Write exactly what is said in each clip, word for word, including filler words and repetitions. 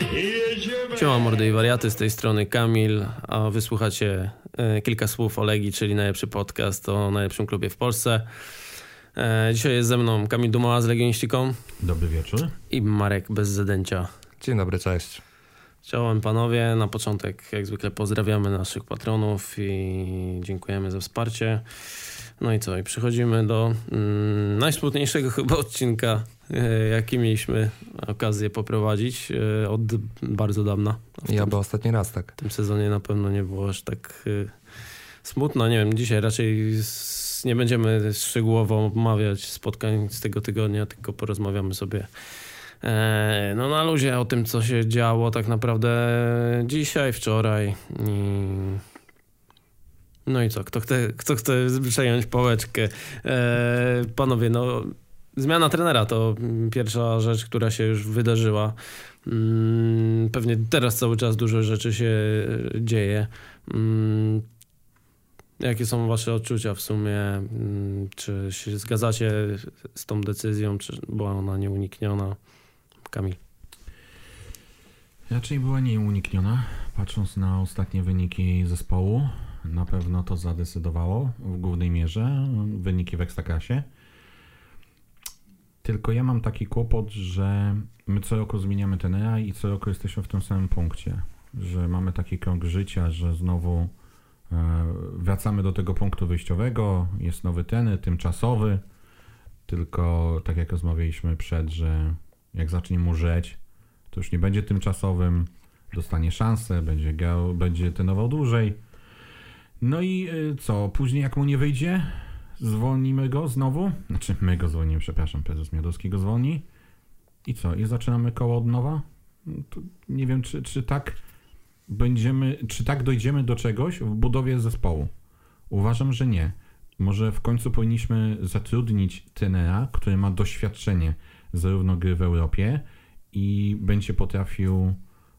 Siema mordy i wariaty, z tej strony Kamil, a wysłuchacie e, kilka słów o Legii, czyli najlepszy podcast o najlepszym klubie w Polsce. E, dzisiaj jest ze mną Kamil Dumoła z Legionistiką. Dobry wieczór. I Marek bez zadęcia. Dzień dobry, cześć. Czołem panowie, na początek jak zwykle pozdrawiamy naszych patronów i dziękujemy za wsparcie. No i co, i przechodzimy do mm, najsmutniejszego chyba odcinka, e, jaki mieliśmy okazję poprowadzić e, od bardzo dawna. Ja by ostatni raz, tak. W tym sezonie na pewno nie było aż tak e, smutno. Nie wiem, dzisiaj raczej s, nie będziemy szczegółowo omawiać spotkań z tego tygodnia, tylko porozmawiamy sobie e, no na luzie o tym, co się działo tak naprawdę dzisiaj, wczoraj. I... No i co? Kto chce, kto chce przejąć pałeczkę? E, panowie, no zmiana trenera to pierwsza rzecz, która się już wydarzyła. Mm, pewnie teraz cały czas dużo rzeczy się dzieje. Mm, jakie są wasze odczucia w sumie? Mm, czy się zgadzacie z tą decyzją, czy była ona nieunikniona? Kamil. Raczej była nieunikniona, patrząc na ostatnie wyniki zespołu. Na pewno to zadecydowało w głównej mierze wyniki w Ekstraklasie. Tylko ja mam taki kłopot, że my co roku zmieniamy trenera i co roku jesteśmy w tym samym punkcie. Że mamy taki krąg życia, że znowu e, wracamy do tego punktu wyjściowego, jest nowy trener, tymczasowy. Tylko tak jak rozmawialiśmy przed, że jak zacznie mu żreć, to już nie będzie tymczasowym, dostanie szansę, będzie grał, będzie trenował dłużej. No i co, później jak mu nie wyjdzie, zwolnimy go znowu, znaczy my go zwolnimy, przepraszam, prezes Miodowski go zwolni i co, i zaczynamy koło od nowa? To nie wiem, czy, czy tak będziemy, czy tak dojdziemy do czegoś w budowie zespołu. Uważam, że nie. Może w końcu powinniśmy zatrudnić trenera, który ma doświadczenie zarówno gry w Europie i będzie potrafił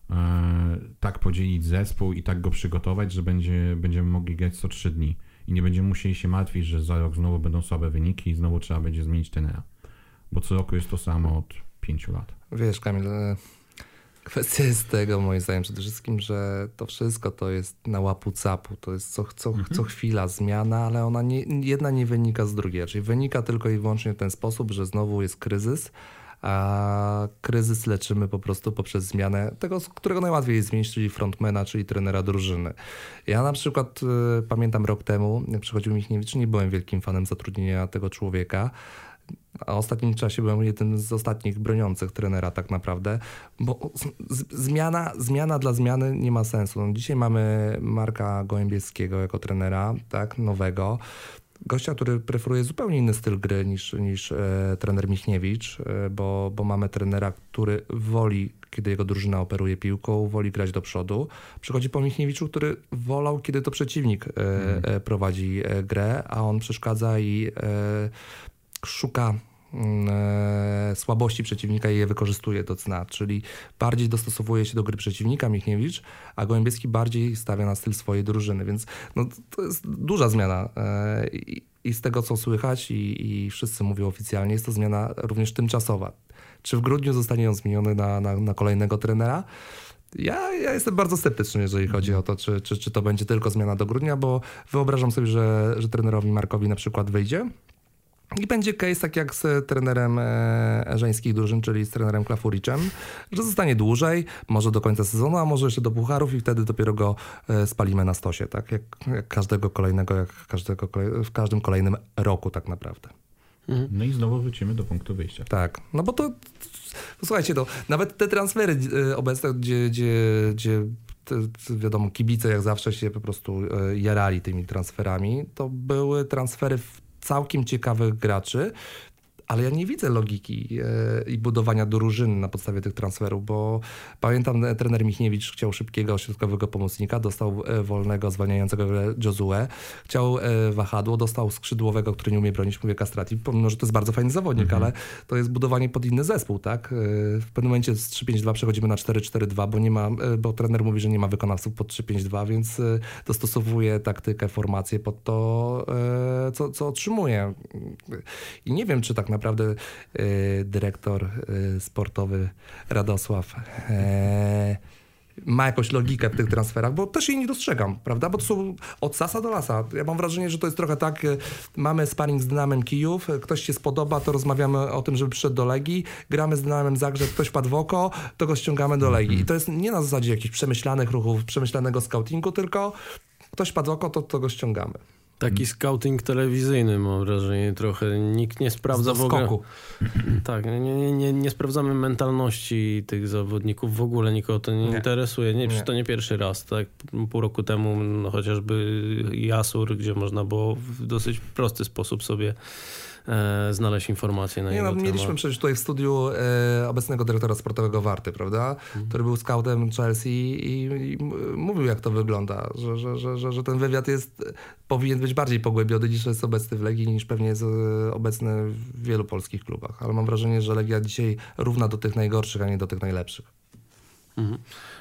tak podzielić zespół i tak go przygotować, że będzie, będziemy mogli grać co trzy dni i nie będziemy musieli się martwić, że za rok znowu będą słabe wyniki i znowu trzeba będzie zmienić trenera. Bo co roku jest to samo od pięciu lat. Wiesz, Kamil, kwestia jest tego moim zdaniem przede wszystkim, że to wszystko to jest na łapu capu, to jest co, co, mhm. co chwila zmiana, ale ona nie, jedna nie wynika z drugiej, czyli wynika tylko i wyłącznie w ten sposób, że znowu jest kryzys, a kryzys leczymy po prostu poprzez zmianę tego, którego najłatwiej jest zmienić, czyli frontmana, czyli trenera drużyny. Ja na przykład y, pamiętam rok temu, jak przychodził Michniewicz, nie byłem wielkim fanem zatrudnienia tego człowieka, a w ostatnim czasie byłem jednym z ostatnich broniących trenera tak naprawdę, bo z, zmiana, zmiana dla zmiany nie ma sensu. No, dzisiaj mamy Marka Gołębieskiego jako trenera, tak, nowego. Gościa, który preferuje zupełnie inny styl gry niż, niż e, trener Michniewicz, e, bo, bo mamy trenera, który woli, kiedy jego drużyna operuje piłką, woli grać do przodu. Przychodzi po Michniewiczu, który wolał, kiedy to przeciwnik e, mm. e, prowadzi e, grę, a on przeszkadza i e, szuka e, słabości przeciwnika i je wykorzystuje do cna, czyli bardziej dostosowuje się do gry przeciwnika Michniewicz, a Gołębieski bardziej stawia na styl swojej drużyny, więc no, to jest duża zmiana e, i, i z tego co słychać i, i wszyscy mówią oficjalnie, jest to zmiana również tymczasowa. Czy w grudniu zostanie on zmieniony na, na, na kolejnego trenera? Ja, ja jestem bardzo sceptyczny, jeżeli chodzi o to, czy, czy, czy to będzie tylko zmiana do grudnia, bo wyobrażam sobie, że, że trenerowi Markowi na przykład wyjdzie i będzie case tak jak z trenerem e, żeńskich drużyn, czyli z trenerem Klafuriczem, że zostanie dłużej, może do końca sezonu, a może jeszcze do pucharów i wtedy dopiero go e, spalimy na stosie, tak? Jak, jak każdego kolejnego, jak każdego kolej, w każdym kolejnym roku tak naprawdę. Mhm. No i znowu wrócimy do punktu wyjścia. Tak, no bo to, słuchajcie, to nawet te transfery e, obecne, gdzie, gdzie, gdzie te, wiadomo, kibice jak zawsze się po prostu e, jarali tymi transferami, to były transfery w całkiem ciekawych graczy, ale ja nie widzę logiki e, i budowania drużyny na podstawie tych transferów, bo pamiętam, trener Michniewicz chciał szybkiego środkowego pomocnika, dostał e, wolnego, zwalniającego Josue, chciał e, wahadło, dostał skrzydłowego, który nie umie bronić, mówię Castrati, pomimo, że to jest bardzo fajny zawodnik, mhm. ale to jest budowanie pod inny zespół, tak? E, w pewnym momencie z trzy pięć dwa przechodzimy na cztery cztery dwa, bo nie ma, e, bo trener mówi, że nie ma wykonawców pod trzy pięć dwa, więc e, dostosowuje taktykę, formację pod to, e, co, co otrzymuje. I nie wiem, czy tak naprawdę naprawdę y, dyrektor y, sportowy Radosław e, ma jakąś logikę w tych transferach, bo też jej nie dostrzegam, prawda? Bo to są od sasa do lasa. Ja mam wrażenie, że to jest trochę tak, mamy sparring z Dynamem Kijów, ktoś się spodoba, to rozmawiamy o tym, żeby przyszedł do Legii, gramy z Dynamem Zagrzeb, ktoś padł w oko, to go ściągamy do Legii. I to jest nie na zasadzie jakichś przemyślanych ruchów, przemyślanego scoutingu, tylko ktoś padł w oko, to, to go ściągamy. Taki scouting telewizyjny, mam wrażenie, trochę. Nikt nie sprawdza w ogóle. Tak, nie, nie, nie, nie sprawdzamy mentalności tych zawodników. W ogóle nikogo to nie, nie. interesuje. Nie, nie. To nie pierwszy raz. Tak? Pół roku temu no, chociażby Jasur, gdzie można było w dosyć prosty sposób sobie e, znaleźć informacje na nie, jego no, temat. Mieliśmy przecież tutaj w studiu e, obecnego dyrektora sportowego Warty, prawda? Hmm. Który był scoutem Chelsea i, i mówił, jak to wygląda, że, że, że, że, że ten wywiad jest, powinien być bardziej pogłębiony niż jest obecny w Legii, niż pewnie jest obecny w wielu polskich klubach. Ale mam wrażenie, że Legia dzisiaj równa do tych najgorszych, a nie do tych najlepszych. Mhm.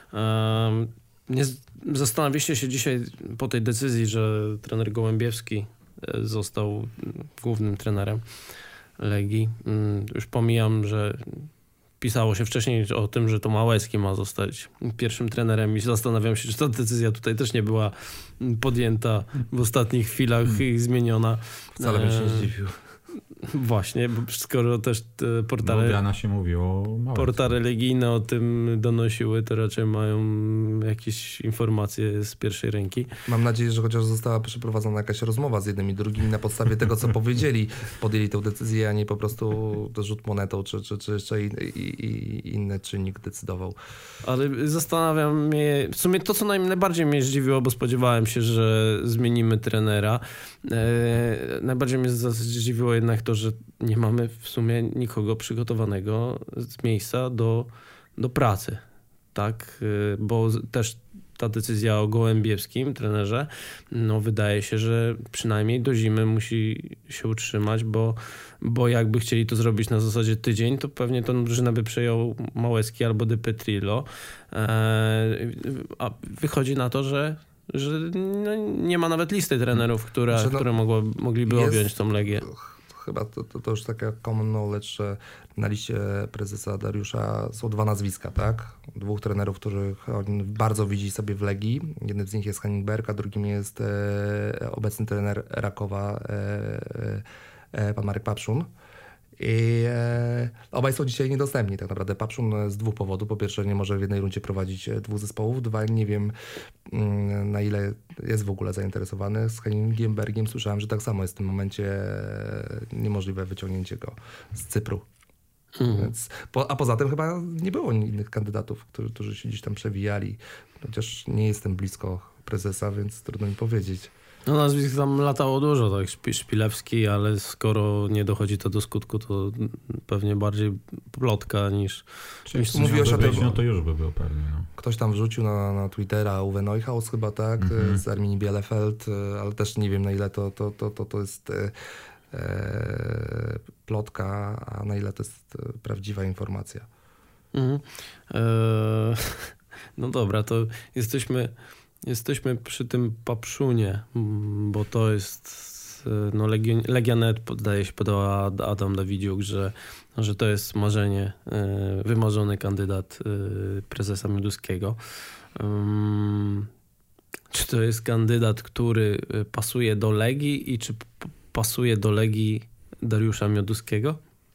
Um, nie zastanawialiście się dzisiaj po tej decyzji, że trener Gołębiewski został głównym trenerem Legii. Już pomijam, że pisało się wcześniej o tym, że to Małecki ma zostać pierwszym trenerem i zastanawiam się, czy ta decyzja tutaj też nie była podjęta w ostatnich chwilach i zmieniona. Wcale bym się nie zdziwił. Właśnie, bo skoro też te portale, no, się mówiło portale legijne o tym donosiły, to raczej mają jakieś informacje z pierwszej ręki. Mam nadzieję, że chociaż została przeprowadzona jakaś rozmowa z jednym i drugim na podstawie tego, co powiedzieli, podjęli tę decyzję, a nie po prostu rzut monetą, czy, czy, czy jeszcze in, in, inny czynnik decydował. Ale zastanawiam mnie, w sumie to, co najbardziej mnie zdziwiło, bo spodziewałem się, że zmienimy trenera. E, najbardziej mnie zdziwiło jednak to, że nie mamy w sumie nikogo przygotowanego z miejsca do, do pracy, tak, bo też ta decyzja o Gołębiewskim, trenerze, no wydaje się, że przynajmniej do zimy musi się utrzymać, bo, bo jakby chcieli to zrobić na zasadzie tydzień, to pewnie tą drużynę by przejął Małecki albo De Petrillo, eee, a wychodzi na to, że że no nie ma nawet listy trenerów, które, znaczy, no, które mogło, mogliby jest, objąć tą Legię. Chyba to, to, to już taka common knowledge, że na liście prezesa Dariusza są dwa nazwiska, tak? Dwóch trenerów, których on bardzo widzi sobie w Legii. Jednym z nich jest Henningberg, a drugim jest e, obecny trener Rakowa, e, e, pan Marek Papszun. I e, obaj są dzisiaj niedostępni tak naprawdę. Papszun z dwóch powodów. Po pierwsze, nie może w jednej rundzie prowadzić dwóch zespołów. Dwa, nie wiem mm, na ile jest w ogóle zainteresowany. Z Henningbergiem słyszałem, że tak samo jest w tym momencie niemożliwe wyciągnięcie go z Cypru. Mhm. Więc, po, a poza tym chyba nie było innych kandydatów, którzy, którzy się gdzieś tam przewijali. Chociaż nie jestem blisko prezesa, więc trudno mi powiedzieć. No nazwisk tam latało dużo, tak, Szpilewski, ale skoro nie dochodzi to do skutku, to pewnie bardziej plotka niż... niż mówiłeś o tym, no to już by był pewnie. No. Ktoś tam wrzucił na, na Twittera Uwe Neuhaus chyba, tak, mm-hmm. z Arminii Bielefeld, ale też nie wiem na ile to, to, to, to, to jest e, plotka, a na ile to jest prawdziwa informacja. Mm-hmm. E, no dobra, to jesteśmy... Jesteśmy przy tym Papszunie, bo to jest, no Legia, Legia Net, zdaje się, podała Adam Dawidziuk, że, że to jest marzenie, wymarzony kandydat prezesa Mioduskiego. Um, czy to jest kandydat, który pasuje do Legii i czy pasuje do Legii Dariusza Mioduskiego?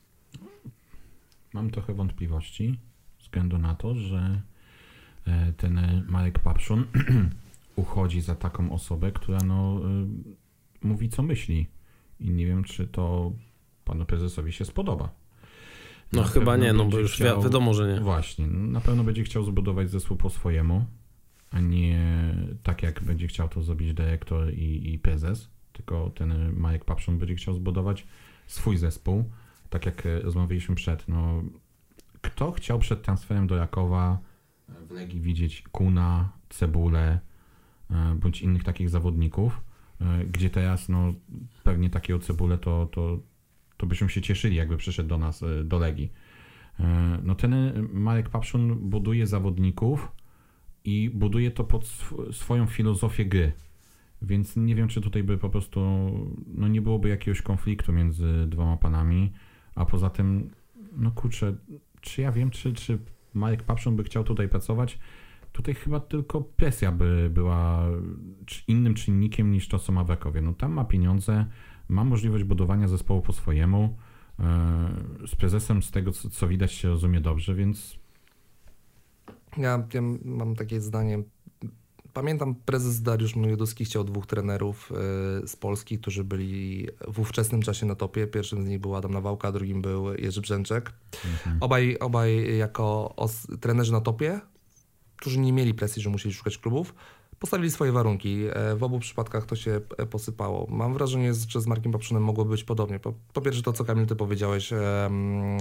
Mam trochę wątpliwości, ze względu na to, że ten Marek Papszun uchodzi za taką osobę, która no, y, mówi co myśli i nie wiem, czy to panu prezesowi się spodoba. No na chyba nie, no bo już chciał, wiadomo, że nie. Właśnie, na pewno będzie chciał zbudować zespół po swojemu, a nie tak jak będzie chciał to zrobić dyrektor i, i prezes, tylko ten Marek Papszun będzie chciał zbudować swój zespół, tak jak rozmawialiśmy przed. No, kto chciał przed transferem do Rakowa w Legii widzieć Kuna, Cebulę bądź innych takich zawodników, gdzie teraz no, pewnie takiego Cebulę to, to, to byśmy się cieszyli, jakby przyszedł do nas, do Legii. No ten Marek Papszun buduje zawodników i buduje to pod sw- swoją filozofię gry, więc nie wiem, czy tutaj by po prostu no, nie byłoby jakiegoś konfliktu między dwoma panami, a poza tym, no kurczę, czy ja wiem, czy, czy Marek Papszun by chciał tutaj pracować? Tutaj chyba tylko presja by była innym czynnikiem niż to, co ma w Rakowie. No tam ma pieniądze, ma możliwość budowania zespołu po swojemu, z prezesem z tego, co, co widać, się rozumie dobrze, więc... Ja, ja mam takie zdanie. Pamiętam, prezes Dariusz Mioduski chciał dwóch trenerów y, z Polski, którzy byli w ówczesnym czasie na topie. Pierwszym z nich był Adam Nawałka, drugim był Jerzy Brzęczek. Mhm. Obaj, obaj jako os, trenerzy na topie, którzy nie mieli presji, że musieli szukać klubów, postawili swoje warunki. W obu przypadkach to się posypało. Mam wrażenie, że z Markiem Papszunem mogło być podobnie. Po, po pierwsze to, co Kamil, ty powiedziałeś. Um,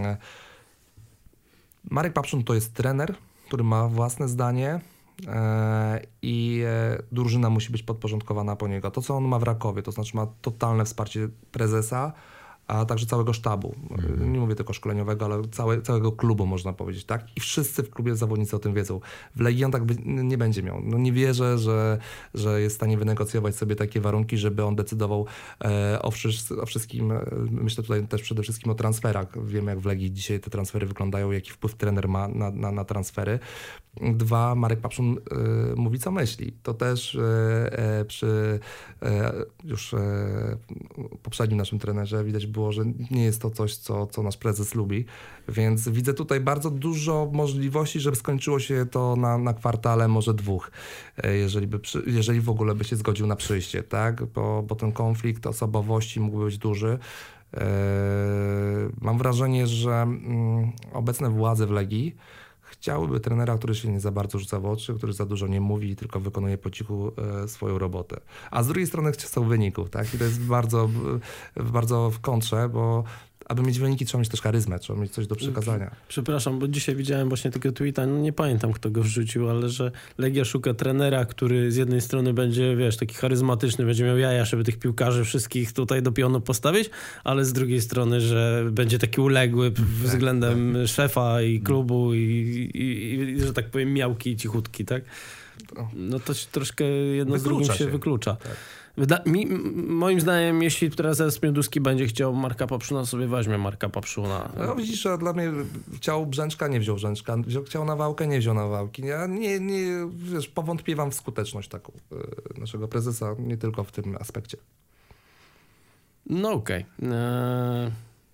Marek Papszun to jest trener, który ma własne zdanie e, i e, drużyna musi być podporządkowana po niego. To, co on ma w Rakowie, to znaczy ma totalne wsparcie prezesa, a także całego sztabu. Mm. Nie mówię tylko szkoleniowego, ale całe, całego klubu, można powiedzieć, tak? I wszyscy w klubie zawodnicy o tym wiedzą. W Legii on tak by, nie będzie miał. No nie wierzę, że, że jest w stanie wynegocjować sobie takie warunki, żeby on decydował e, o, wszys- o wszystkim. Myślę tutaj też przede wszystkim o transferach. Wiemy, jak w Legii dzisiaj te transfery wyglądają, jaki wpływ trener ma na, na, na transfery. Dwa, Marek Papszun y, mówi, co myśli. To też y, y, przy y, już y, poprzednim naszym trenerze widać było, że nie jest to coś, co, co nasz prezes lubi. Więc widzę tutaj bardzo dużo możliwości, żeby skończyło się to na, na kwartale, może dwóch, y, jeżeli, by przy, jeżeli w ogóle by się zgodził na przyjście, tak? Bo, bo ten konflikt osobowości mógłby być duży. Y, mam wrażenie, że y, obecne władze w Legii chciałyby trenera, który się nie za bardzo rzuca w oczy, który za dużo nie mówi, tylko wykonuje po cichu e, swoją robotę. A z drugiej strony chcą wyników, tak? I to jest bardzo, bardzo w kontrze, bo aby mieć wyniki, trzeba mieć też charyzmę, trzeba mieć coś do przekazania. Przepraszam, bo dzisiaj widziałem właśnie tego tweeta, no nie pamiętam, kto go wrzucił, ale że Legia szuka trenera, który z jednej strony będzie, wiesz, taki charyzmatyczny, będzie miał jaja, żeby tych piłkarzy wszystkich tutaj do pionu postawić, ale z drugiej strony, że będzie taki uległy względem tak, tak. szefa i klubu i, i, i, że tak powiem, miałki i cichutki, tak? No to się troszkę jedno wyklucza z drugim się, się. wyklucza. Tak. Wyda- mi, moim zdaniem, jeśli prezes Mioduski będzie chciał Marka Papszuna, sobie weźmie Marka Papszuna. No widzisz, że dla mnie chciał Brzęczka, nie wziął Brzęczka, chciał Nawałkę, nie wziął Nawałki. Ja nie, nie, wiesz, powątpiewam w skuteczność taką y, naszego prezesa, nie tylko w tym aspekcie. No okej. Okay. Eee...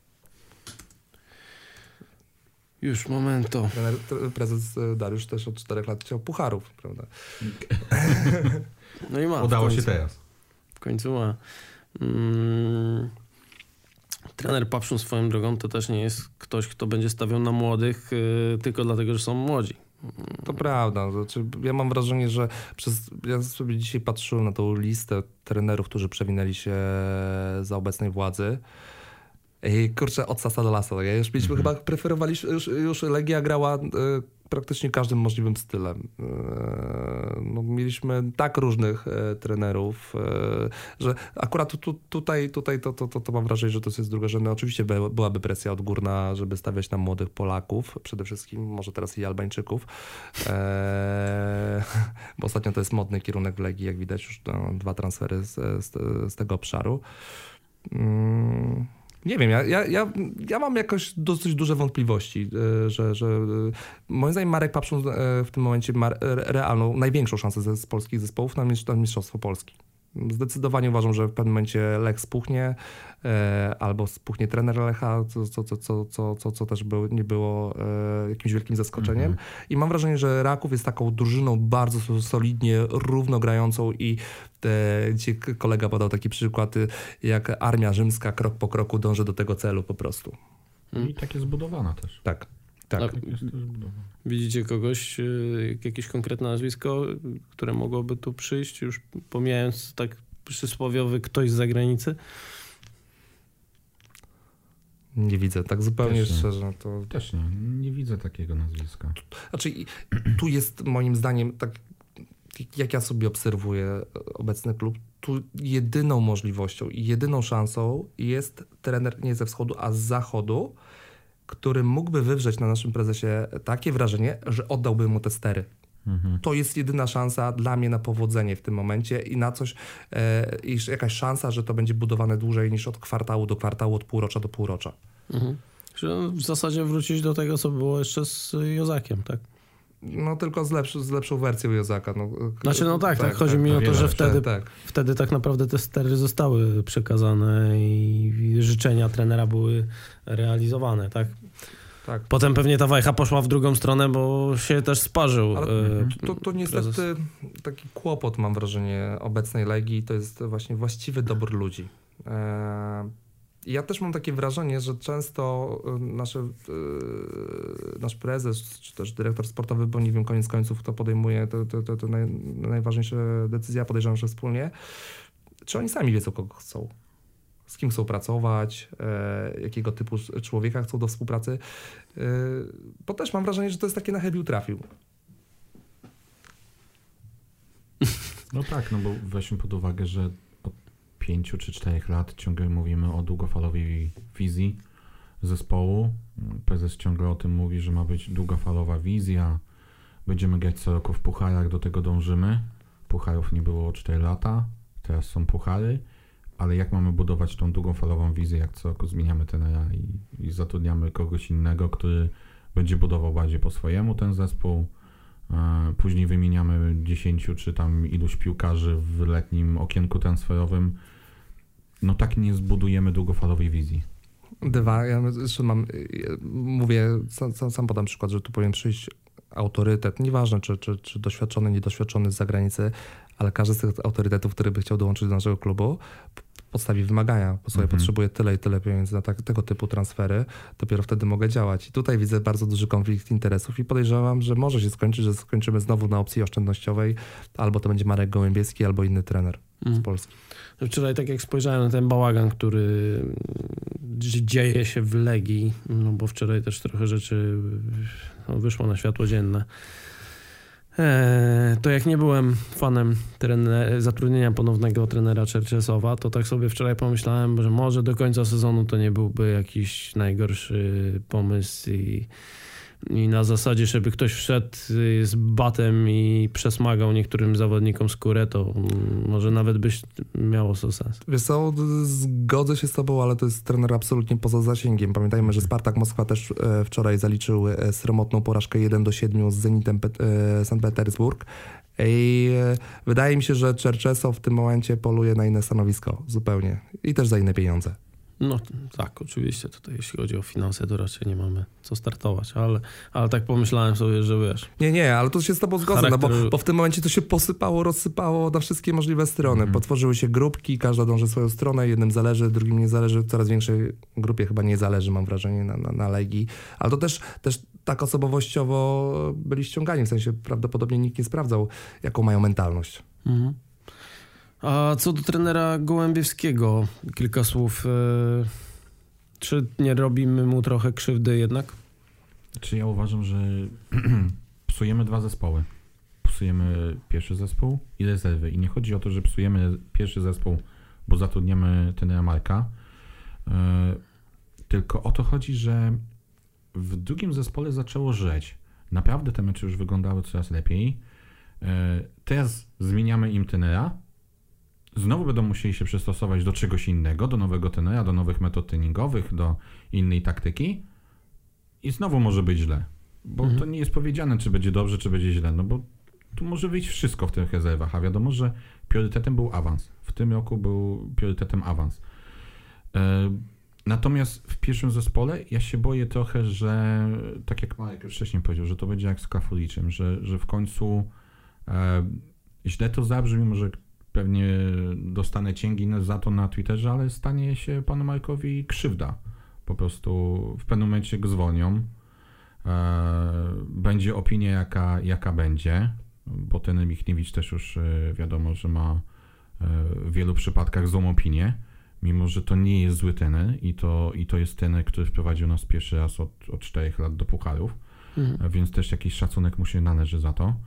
Już, momento. Prezes Dariusz też od czterech lat chciał pucharów, prawda? No i ma. Udało się teraz. W końcu ma. Mm, trener Papszun swoją drogą to też nie jest ktoś, kto będzie stawiał na młodych yy, tylko dlatego, że są młodzi. To prawda. Znaczy, ja mam wrażenie, że przez, ja sobie dzisiaj patrzyłem na tą listę trenerów, którzy przewinęli się za obecnej władzy. I kurczę, od sasa do lasa. Ja już mieliśmy, mm-hmm. chyba preferowaliśmy, już, już Legia grała y, praktycznie każdym możliwym stylem. Y, no, mieliśmy tak różnych y, trenerów, y, że akurat tu, tutaj, tutaj to, to, to, to mam wrażenie, że to jest drugorzędne. Oczywiście by, byłaby presja odgórna, żeby stawiać na młodych Polaków, przede wszystkim, może teraz i Albańczyków, y, bo ostatnio to jest modny kierunek w Legii, jak widać już no, dwa transfery z, z, z tego obszaru. Y, Nie wiem, ja, ja, ja, ja mam jakoś dosyć duże wątpliwości, że, że moim zdaniem Marek Papszun w tym momencie ma realną, największą szansę z polskich zespołów na Mistrzostwo Polski. Zdecydowanie uważam, że w pewnym momencie Lech spuchnie e, albo spuchnie trener Lecha, co, co, co, co, co, co, co też był, nie było e, jakimś wielkim zaskoczeniem. Mm-hmm. I mam wrażenie, że Raków jest taką drużyną bardzo solidnie, równo grającą i te, gdzie kolega podał taki przykład, jak armia rzymska krok po kroku dąży do tego celu po prostu. I tak jest zbudowana też. Tak. Tak. tak jest też zbudowana. Widzicie kogoś, jakieś konkretne nazwisko, które mogłoby tu przyjść, już pomijając tak przysłowiowy ktoś z zagranicy? Nie widzę, tak zupełnie Też szczerze. To... Też nie, nie widzę takiego nazwiska. Znaczy, tu jest moim zdaniem, tak jak ja sobie obserwuję obecny klub, tu jedyną możliwością i jedyną szansą jest trener nie ze wschodu, a z zachodu, który mógłby wywrzeć na naszym prezesie takie wrażenie, że oddałby mu te stery. Mhm. To jest jedyna szansa dla mnie na powodzenie w tym momencie i na coś, e, i jakaś szansa, że to będzie budowane dłużej niż od kwartału do kwartału, od półrocza do półrocza. Mhm. Że w zasadzie wrócić do tego, co było jeszcze z Jozakiem, tak? No tylko z, lepszy, z lepszą wersją Jozaka. No, znaczy no tak, tak, tak chodzi tak, mi o to, że wtedy, tak. wtedy tak naprawdę te stery zostały przekazane i życzenia trenera były realizowane, tak? Tak. Potem pewnie ta wajcha poszła w drugą stronę, bo się też sparzył. Ale to, to niestety prezes. Taki kłopot, mam wrażenie, obecnej Legii, to jest właśnie właściwy dobór ludzi. Ja też mam takie wrażenie, że często nasze, nasz prezes, czy też dyrektor sportowy, bo nie wiem koniec końców, kto podejmuje te, te, te, te naj, najważniejsze decyzje, podejrzewam, że wspólnie, czy oni sami wiedzą, kogo chcą. Z kim chcą pracować, e, jakiego typu człowieka chcą do współpracy. E, bo też mam wrażenie, że to jest takie na chybił trafił. No tak, no bo weźmy pod uwagę, że od pięciu czy czterech lat ciągle mówimy o długofalowej wizji zespołu. Prezes ciągle o tym mówi, że ma być długofalowa wizja. Będziemy grać co roku w pucharach, do tego dążymy. Pucharów nie było cztery lata, teraz są puchary. Ale jak mamy budować tą długofalową wizję, jak co roku zmieniamy trenera i, i zatrudniamy kogoś innego, który będzie budował bardziej po swojemu ten zespół. E, później wymieniamy dziesięciu czy tam iluś piłkarzy w letnim okienku transferowym. No tak nie zbudujemy długofalowej wizji. Dwa, ja jeszcze mam, ja mówię, sam, sam podam przykład, że tu powinien przyjść autorytet, nieważne czy, czy, czy doświadczony, niedoświadczony z zagranicy, ale każdy z tych autorytetów, który by chciał dołączyć do naszego klubu, podstawi wymagania, bo sobie mm-hmm. potrzebuję tyle i tyle pieniędzy na tak, tego typu transfery, dopiero wtedy mogę działać. I tutaj widzę bardzo duży konflikt interesów i podejrzewam, że może się skończyć, że skończymy znowu na opcji oszczędnościowej, albo to będzie Marek Gołębieski, albo inny trener mm. z Polski. Wczoraj tak jak spojrzałem na ten bałagan, który dzieje się w Legii, no bo wczoraj też trochę rzeczy no, wyszło na światło dzienne, to jak nie byłem fanem trener, zatrudnienia ponownego trenera Czerczesowa, to tak sobie wczoraj pomyślałem, że może do końca sezonu to nie byłby jakiś najgorszy pomysł i, i na zasadzie, żeby ktoś wszedł z batem i przesmagał niektórym zawodnikom skórę, to może nawet byś miało to sens. Wiesz co, zgodzę się z tobą, ale to jest trener absolutnie poza zasięgiem. Pamiętajmy, że Spartak Moskwa też wczoraj zaliczył sromotną porażkę jeden do siedmiu z Zenitem Sankt Petersburg. I wydaje mi się, że Czerczesow w tym momencie poluje na inne stanowisko zupełnie i też za inne pieniądze. No tak, oczywiście tutaj jeśli chodzi o finanse, to raczej nie mamy co startować, ale, ale tak pomyślałem sobie, że wiesz... Nie, nie, ale to się z tobą zgodzę, charakter... no bo, bo w tym momencie to się posypało, rozsypało na wszystkie możliwe strony. Mhm. Potworzyły się grupki, każda dąży swoją stronę, jednym zależy, drugim nie zależy, coraz większej grupie chyba nie zależy, mam wrażenie, na, na, na Legii. Ale to też, też tak osobowościowo byli ściągani, w sensie prawdopodobnie nikt nie sprawdzał, jaką mają mentalność. Mhm. A co do trenera Gołębiewskiego, kilka słów. Yy, czy nie robimy mu trochę krzywdy jednak? Czy ja uważam, że psujemy dwa zespoły. Psujemy pierwszy zespół i rezerwy. I nie chodzi o to, że psujemy pierwszy zespół, bo zatrudniamy trenera Marka. Yy, tylko o to chodzi, że w drugim zespole zaczęło żreć. Naprawdę te mecze już wyglądały coraz lepiej. Yy, teraz zmieniamy im trenera. Znowu będą musieli się przystosować do czegoś innego, do nowego trenera, do nowych metod treningowych, do innej taktyki i znowu może być źle, bo mhm. to nie jest powiedziane, czy będzie dobrze, czy będzie źle, no bo tu może wyjść wszystko w tych rezerwach, a wiadomo, że priorytetem był awans. W tym roku był priorytetem awans. E, natomiast w pierwszym zespole ja się boję trochę, że tak jak Marek już wcześniej powiedział, że to będzie jak z Kafuliczem, że, że w końcu e, źle to zabrzmi, może pewnie dostanę cięgi za to na Twitterze, ale stanie się panu Markowi krzywda. Po prostu w pewnym momencie go zwolnią. E, będzie opinia jaka, jaka będzie, bo ten Michniewicz też już e, wiadomo, że ma e, w wielu przypadkach złą opinię, mimo że to nie jest zły trener i to, i to jest trener, który wprowadził nas pierwszy raz od, od czterech lat do pucharów, mhm. e, więc też jakiś szacunek mu się należy za to.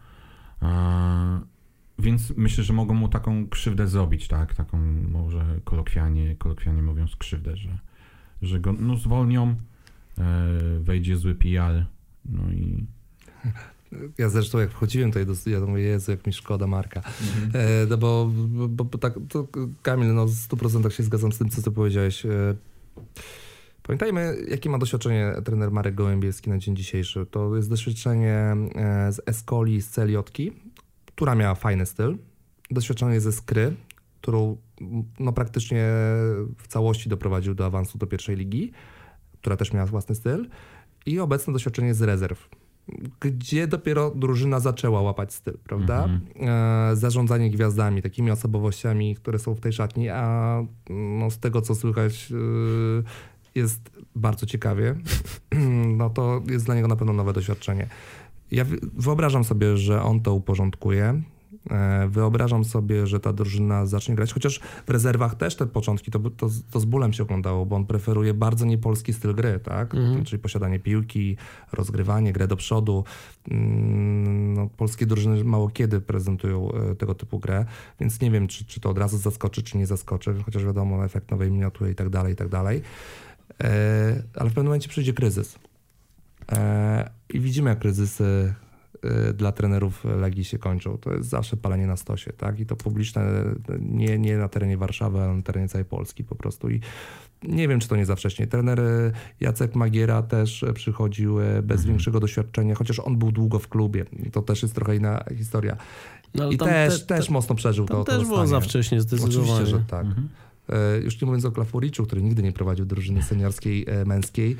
E, Więc myślę, że mogą mu taką krzywdę zrobić, tak? Taką może kolokwialnie, kolokwialnie mówiąc krzywdę, że, że go no, zwolnią, e, wejdzie zły P R, no i... Ja zresztą jak wchodziłem tutaj, do, ja mówię, Jezu, jak mi szkoda Marka. Mhm. E, no bo, bo, bo tak, to Kamil, no w stu procentach się zgadzam z tym, co ty powiedziałeś. E, Pamiętajmy, jakie ma doświadczenie trener Marek Gołębieski na dzień dzisiejszy. To jest doświadczenie z Escoli, z Celiotki, która miała fajny styl. Doświadczenie ze Skry, którą no, praktycznie w całości doprowadził do awansu do pierwszej ligi, która też miała własny styl. I obecne doświadczenie z rezerw, gdzie dopiero drużyna zaczęła łapać styl, prawda? Mm-hmm. E, zarządzanie gwiazdami, takimi osobowościami, które są w tej szatni, a no, z tego, co słychać, yy, jest bardzo ciekawie, no to jest dla niego na pewno nowe doświadczenie. Ja wyobrażam sobie, że on to uporządkuje. Wyobrażam sobie, że ta drużyna zacznie grać, chociaż w rezerwach też te początki to, to, to z bólem się oglądało, bo on preferuje bardzo niepolski styl gry, tak? Mhm. Czyli posiadanie piłki, rozgrywanie, grę do przodu. No, polskie drużyny mało kiedy prezentują tego typu grę, więc nie wiem, czy, czy to od razu zaskoczy, czy nie zaskoczy, chociaż wiadomo, efekt nowej miniatury i tak dalej, i tak dalej. Ale w pewnym momencie przyjdzie kryzys. I widzimy, jak kryzysy dla trenerów Legii się kończą. To jest zawsze palenie na stosie, tak? I to publiczne nie, nie na terenie Warszawy, ale na terenie całej Polski po prostu. I nie wiem, czy to nie za wcześnie. Trener Jacek Magiera też przychodził bez mhm. większego doświadczenia, chociaż on był długo w klubie. To też jest trochę inna historia. No, I też, te, też te, mocno przeżył to. Tam też było za wcześnie, zdecydowanie. Oczywiście, że tak. Mhm. Już nie mówiąc o Klafuriczu, który nigdy nie prowadził drużyny seniorskiej, męskiej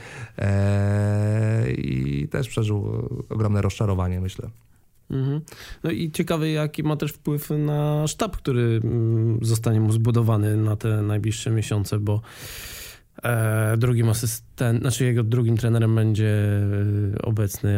i też przeżył ogromne rozczarowanie, myślę. Mhm. No i ciekawy, jaki ma też wpływ na sztab, który zostanie mu zbudowany na te najbliższe miesiące, bo e, drugim asystent, znaczy jego drugim trenerem będzie obecny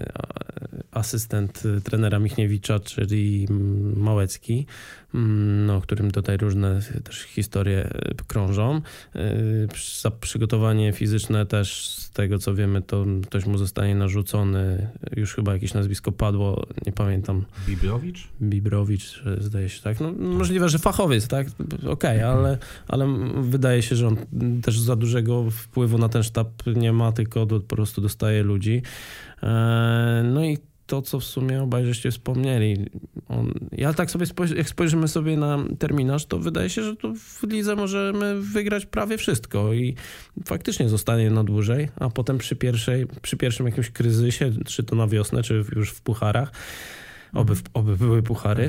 asystent trenera Michniewicza, czyli Małecki, no, o którym tutaj różne też historie krążą. Za przygotowanie fizyczne też, z tego co wiemy, to ktoś mu zostanie narzucony. Już chyba jakieś nazwisko padło, nie pamiętam. Bibrowicz? Bibrowicz, zdaje się, tak. No, możliwe, że fachowiec, tak? Okej, okay, ale, ale wydaje się, że on też za dużego wpływu na ten sztab nie ma, tylko do, po prostu dostaje ludzi. No i to, co w sumie obaj żeście wspomnieli. On, ja tak sobie, spojrzy, jak spojrzymy sobie na terminarz, to wydaje się, że tu w lidze możemy wygrać prawie wszystko i faktycznie zostanie na dłużej, a potem przy pierwszej, przy pierwszym jakimś kryzysie, czy to na wiosnę, czy już w pucharach, oby, oby były puchary,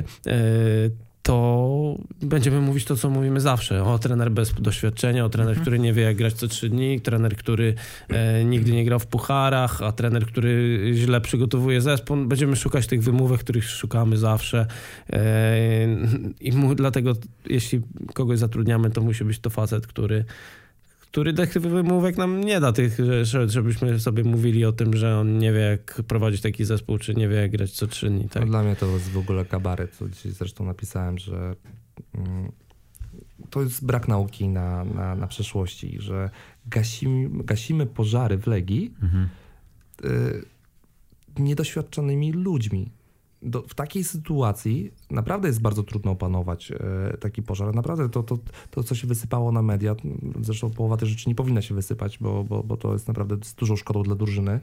to będziemy mówić to, co mówimy zawsze. O, trener bez doświadczenia, o trener, który nie wie, jak grać co trzy dni, trener, który e, nigdy nie grał w pucharach, a trener, który źle przygotowuje zespół. Będziemy szukać tych wymówek, których szukamy zawsze. E, I mu, dlatego, jeśli kogoś zatrudniamy, to musi być to facet, który który tych wymówek nam nie da, tych, żebyśmy sobie mówili o tym, że on nie wie, jak prowadzić taki zespół, czy nie wie, jak grać co trzy dni. Tak? No dla mnie to jest w ogóle kabaret, co dzisiaj zresztą napisałem, że mm, to jest brak nauki na, na, na przeszłości, że gasimy, gasimy pożary w Legii mhm. y, niedoświadczonymi ludźmi. Do, w takiej sytuacji naprawdę jest bardzo trudno opanować e, taki pożar. Naprawdę to, to, to, co się wysypało na media, zresztą połowa tych rzeczy nie powinna się wysypać, bo, bo, bo to jest naprawdę z dużą szkodą dla drużyny.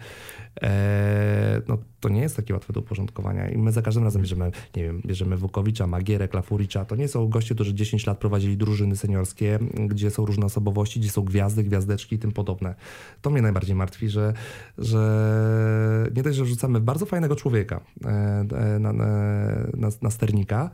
E, no, to nie jest takie łatwe do uporządkowania i my za każdym razem bierzemy, nie wiem, bierzemy Wukowicza, Magierę, Klafuricza. To nie są goście, którzy dziesięć lat prowadzili drużyny seniorskie, gdzie są różne osobowości, gdzie są gwiazdy, gwiazdeczki i tym podobne. To mnie najbardziej martwi, że, że nie dość, że rzucamy bardzo fajnego człowieka e, Na, na, na, na sternika,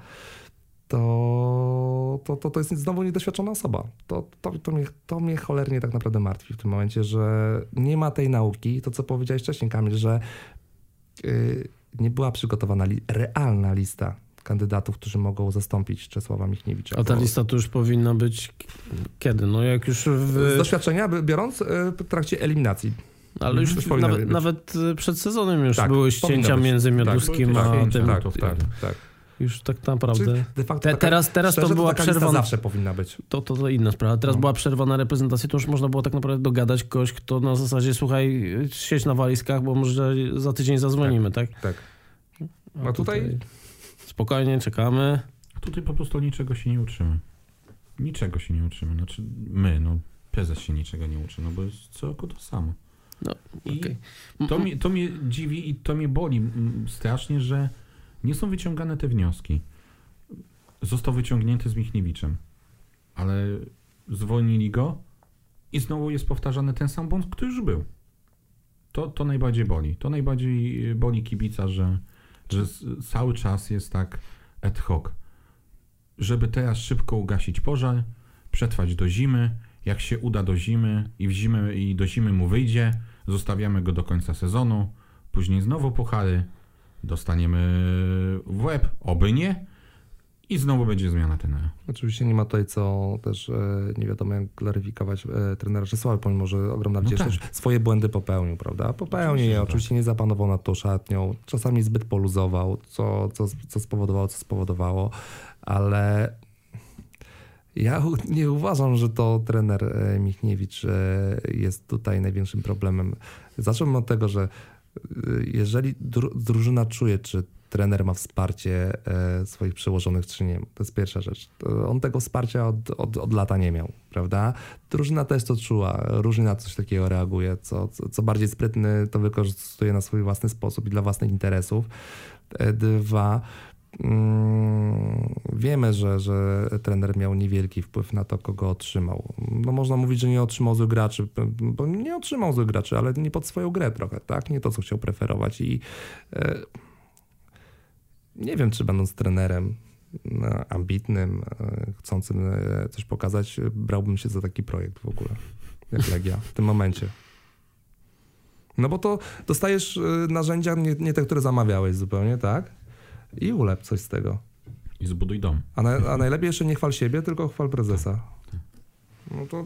to, to, to, to jest znowu niedoświadczona osoba. To, to, to, mnie, to mnie cholernie tak naprawdę martwi w tym momencie, że nie ma tej nauki, to co powiedziałeś wcześniej, Kamil, że yy, nie była przygotowana li, realna lista kandydatów, którzy mogą zastąpić Czesława Michniewicza. A ta bo... lista to już powinna być kiedy? No jak już w... Z doświadczenia biorąc w trakcie eliminacji. Ale już, już nawet, nawet przed sezonem już tak, były ścięcia między Mioduskim tak, a tym. Tak, tak, tak. Już tak naprawdę. De facto Te, taka, teraz teraz szczerze, to była to przerwa. zawsze powinna być. To, to, to inna sprawa. Teraz no. była przerwa na reprezentację, to już można było tak naprawdę dogadać kogoś, kto na zasadzie słuchaj, siedź na walizkach, bo może za tydzień zadzwonimy, tak? Tak. tak. A, a tutaj... tutaj spokojnie, czekamy. A tutaj po prostu niczego się nie uczymy. Niczego się nie uczymy. Znaczy my, no prezes się niczego nie uczy, no bo jest co roku to samo. No, I okay. to, mnie, to mnie dziwi i to mnie boli strasznie, że nie są wyciągane te wnioski. Został wyciągnięty z Michniewiczem, ale zwolnili go i znowu jest powtarzany ten sam błąd, który już był. To, to najbardziej boli. To najbardziej boli kibica, że, że cały czas jest tak ad hoc. Żeby teraz szybko ugasić pożar, przetrwać do zimy. Jak się uda do zimy i w zimę i do zimy mu wyjdzie, zostawiamy go do końca sezonu. Później znowu puchary, dostaniemy w łeb, oby nie. I znowu będzie zmiana tenera. Oczywiście nie ma tutaj co też e, nie wiadomo jak klaryfikować e, trenera Czesława, pomimo że ogromna wdzięczność no tak. swoje błędy popełnił, prawda? Popełnił oczywiście, je, oczywiście tak. nie zapanował nad tą szatnią, czasami zbyt poluzował, co, co, co spowodowało, co spowodowało, ale ja nie uważam, że to trener Michniewicz jest tutaj największym problemem. Zacząłbym od tego, że jeżeli drużyna czuje, czy trener ma wsparcie e, swoich przełożonych, czy nie. To jest pierwsza rzecz. On tego wsparcia od, od, od lata nie miał, prawda? Drużyna też to czuła. Różnie na coś takiego reaguje. Co, co, co bardziej sprytny, to wykorzystuje na swój własny sposób i dla własnych interesów. E, dwa, mm, wiemy, że, że trener miał niewielki wpływ na to, kogo otrzymał. No można mówić, że nie otrzymał złych graczy, bo nie otrzymał złych graczy, ale nie pod swoją grę trochę, tak? Nie to, co chciał preferować i e, nie wiem, czy będąc trenerem ambitnym, chcącym coś pokazać, brałbym się za taki projekt w ogóle, jak Legia w tym momencie. No bo to dostajesz narzędzia, nie, nie te, które zamawiałeś zupełnie, tak? I ulep coś z tego. I zbuduj dom. A, na, a najlepiej jeszcze nie chwal siebie, tylko chwal prezesa. No to...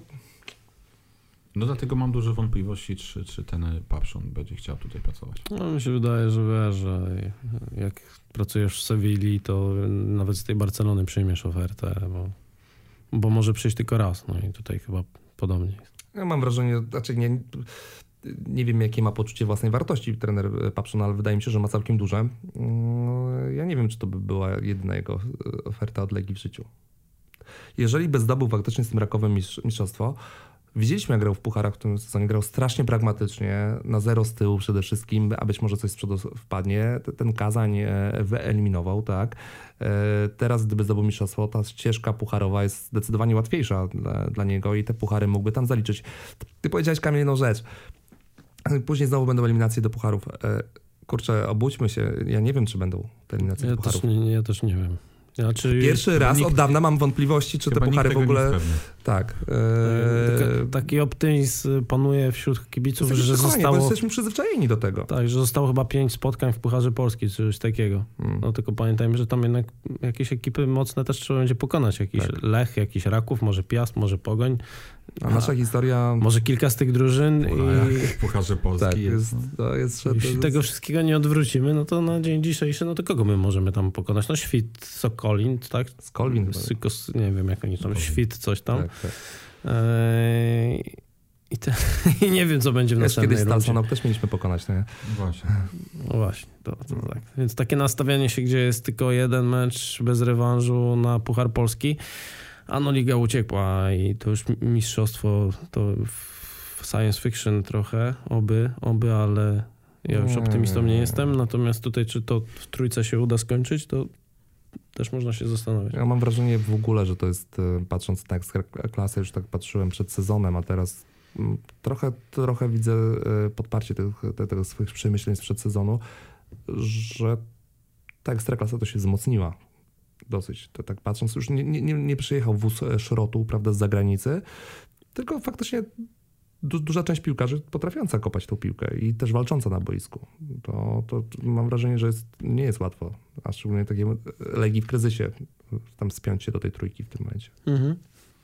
No dlatego mam duże wątpliwości, czy, czy ten Papszun będzie chciał tutaj pracować. No mi się wydaje, że wiesz, że jak pracujesz w Sewilli, to nawet z tej Barcelony przyjmiesz ofertę, bo, bo może przyjść tylko raz. No i tutaj chyba podobnie jest. Ja mam wrażenie, znaczy nie, nie wiem jakie ma poczucie własnej wartości trener Papszun, ale wydaje mi się, że ma całkiem duże. Ja nie wiem, czy to by była jedyna jego oferta od Legii w życiu. Jeżeli by zdobył faktycznie z tym Rakowem mistrzostwo, widzieliśmy, jak grał w pucharach w tym sezonie, grał strasznie pragmatycznie, na zero z tyłu przede wszystkim, a być może coś z przodu wpadnie. Ten Kazań wyeliminował, tak. Teraz, gdyby zdobył mistrzostwo, ta ścieżka pucharowa jest zdecydowanie łatwiejsza dla, dla niego i te puchary mógłby tam zaliczyć. Ty powiedziałeś, Kamil, jedną rzecz. Później znowu będą eliminacje do pucharów. Kurczę, obudźmy się. Ja nie wiem, czy będą te eliminacje ja do pucharów. Też nie, ja też nie wiem. Znaczy, Pierwszy raz nikt, od dawna mam wątpliwości, czy te puchary w ogóle... Tak. E... Taki optymizm panuje wśród kibiców, że kochanie, zostało... bo jesteśmy przyzwyczajeni do tego. Tak, że zostało chyba pięć spotkań w Pucharze Polski, czy coś takiego. Hmm. No tylko pamiętajmy, że tam jednak jakieś ekipy mocne też trzeba będzie pokonać. Jakiś tak. Lech, jakiś Raków, może Piast, może Pogoń. A nasza historia... Może kilka z tych drużyn. I... W Pucharze Polski tak, jest. jest, to jest Jeśli jest... tego wszystkiego nie odwrócimy, no to na dzień dzisiejszy, no to kogo my możemy tam pokonać? No Świt, Sokolin, tak? Skolwin. Sykos, nie wiem jak oni tam, Świt, coś tam. Tak, tak. Eee, I, te, I nie wiem, co będzie w Wiesz, następnej rundzie. Kiedyś Stalsonów też mieliśmy pokonać, nie? Właśnie. No właśnie, to, to tak. Więc takie nastawianie się, gdzie jest tylko jeden mecz bez rewanżu na Puchar Polski, a no liga uciekła i to już mistrzostwo to w science fiction trochę, oby, oby, ale ja już optymistą nie jestem, natomiast tutaj czy to w trójce się uda skończyć, to też można się zastanowić. Ja mam wrażenie w ogóle, że to jest, patrząc na Ekstraklasę, już tak patrzyłem przed sezonem, a teraz trochę, trochę widzę podparcie tych, tych, tych swoich przemyśleń sprzed sezonu, że ta Ekstraklasa to się wzmocniła dosyć. To tak patrząc, już nie, nie, nie przyjechał wóz szrotu, prawda, z zagranicy, tylko faktycznie du, duża część piłkarzy potrafiąca kopać tą piłkę i też walcząca na boisku. To, to mam wrażenie, że jest, nie jest łatwo, a szczególnie takiej Legii w kryzysie, tam spiąć się do tej trójki w tym momencie. Mhm.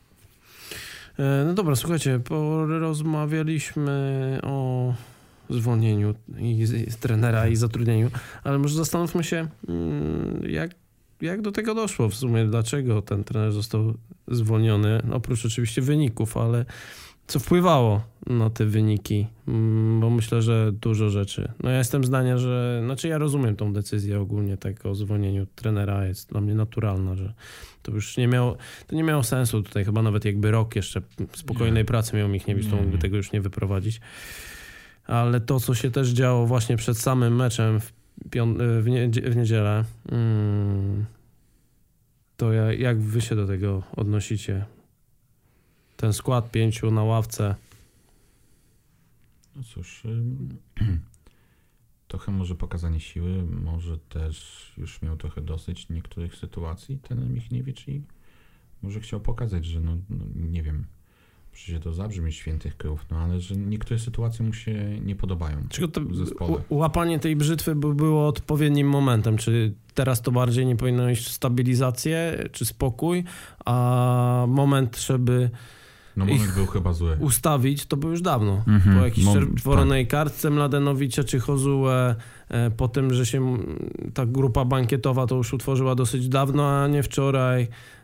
No dobra, słuchajcie, porozmawialiśmy o zwolnieniu i, i trenera i zatrudnieniu, ale może zastanówmy się, jak, jak do tego doszło w sumie, dlaczego ten trener został zwolniony, oprócz oczywiście wyników, ale co wpływało na te wyniki, bo myślę, że dużo rzeczy. No ja jestem zdania, że, znaczy ja rozumiem tą decyzję ogólnie tak o zwolnieniu trenera, jest dla mnie naturalna, że to już nie miało, to nie miało sensu tutaj, chyba nawet jakby rok jeszcze spokojnej nie. pracy miał Michniewicz, to mógłby tego już nie wyprowadzić. Ale to, co się też działo właśnie przed samym meczem w, pią- w, niedzie- w niedzielę, hmm, to ja, jak wy się do tego odnosicie? ten skład pięciu na ławce. No cóż, trochę może pokazanie siły, może też już miał trochę dosyć niektórych sytuacji ten Michniewicz i może chciał pokazać, że no, no nie wiem, przecież to zabrzmi świętych krów, no ale że niektóre sytuacje mu się nie podobają w zespole. Łapanie tej brzytwy by było odpowiednim momentem. Czy teraz to bardziej nie powinno iść w stabilizację, czy spokój, a moment, żeby No moment był chyba zły. Ustawić, to był już dawno. Mm-hmm. Po jakiejś Mom- czerwonej tak. kartce Mladenowicza czy Josue, e, po tym, że się ta grupa bankietowa to już utworzyła dosyć dawno, a nie wczoraj.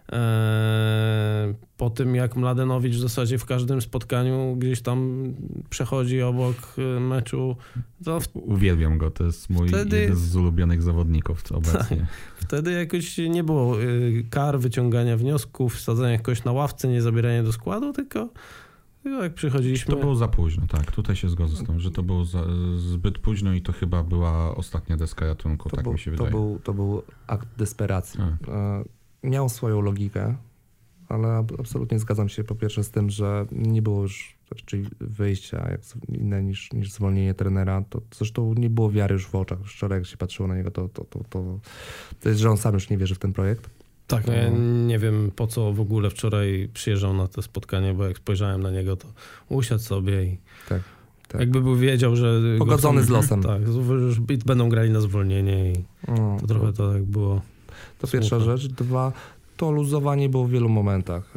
E, po tym, jak Mladenowicz w zasadzie w każdym spotkaniu gdzieś tam przechodzi obok meczu. To w... Uwielbiam go, to jest mój wtedy... jeden z ulubionych zawodników obecnie. Tak. Wtedy jakoś nie było kar, wyciągania wniosków, wsadzania kogoś na ławce, nie zabierania do składu, tylko, tylko jak przychodziliśmy... To było za późno, tak. Tutaj się zgodzę z tym, że to było za, zbyt późno i to chyba była ostatnia deska ratunku, to tak był, mi się to wydaje. Był, to był akt desperacji. A. Miał swoją logikę, ale absolutnie zgadzam się po pierwsze z tym, że nie było już raczej wyjścia jak inne niż, niż zwolnienie trenera. To zresztą nie było wiary już w oczach. Wczoraj jak się patrzyło na niego, to, to, to, to, to jest, że on sam już nie wierzy w ten projekt. Tak, no ja nie wiem po co w ogóle wczoraj przyjeżdżał na to spotkanie, bo jak spojrzałem na niego, to usiadł sobie i tak, tak. jakby był wiedział, że... Pogodzony z losem. Tak, już będą grali na zwolnienie i no, to trochę to tak było... To smutne. Pierwsza rzecz. Dwa, to luzowanie było w wielu momentach.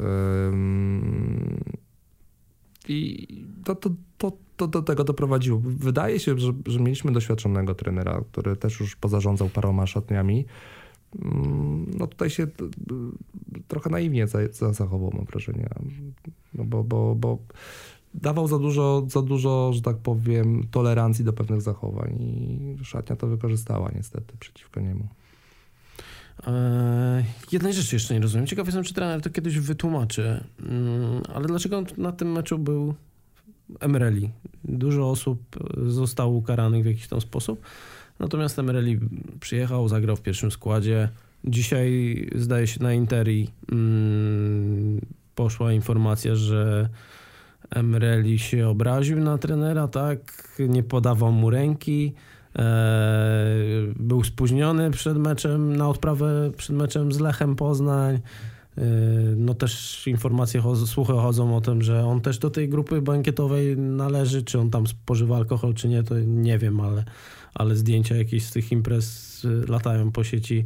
Ym... I to, to, to, to do tego doprowadziło. Wydaje się, że, że mieliśmy doświadczonego trenera, który też już pozarządzał paroma szatniami. No tutaj się trochę naiwnie zachował, mam wrażenie. No bo, bo, bo dawał za dużo, za dużo, że tak powiem, tolerancji do pewnych zachowań i szatnia to wykorzystała niestety przeciwko niemu. Eee, jednej rzeczy jeszcze nie rozumiem. Ciekaw jestem, czy trener to kiedyś wytłumaczy. Mm, ale dlaczego na tym meczu był Emreli? Dużo osób zostało ukaranych w jakiś tam sposób. Natomiast Emreli przyjechał, zagrał w pierwszym składzie. Dzisiaj zdaje się na Interi mm, poszła informacja, że Emreli się obraził na trenera, tak? Nie podawał mu ręki. Był spóźniony przed meczem, na odprawę przed meczem z Lechem Poznań. No też informacje, słuchy chodzą o tym, że on też do tej grupy bankietowej należy. Czy on tam spożywa alkohol, czy nie, to nie wiem, ale, ale zdjęcia jakieś z tych imprez latają po sieci.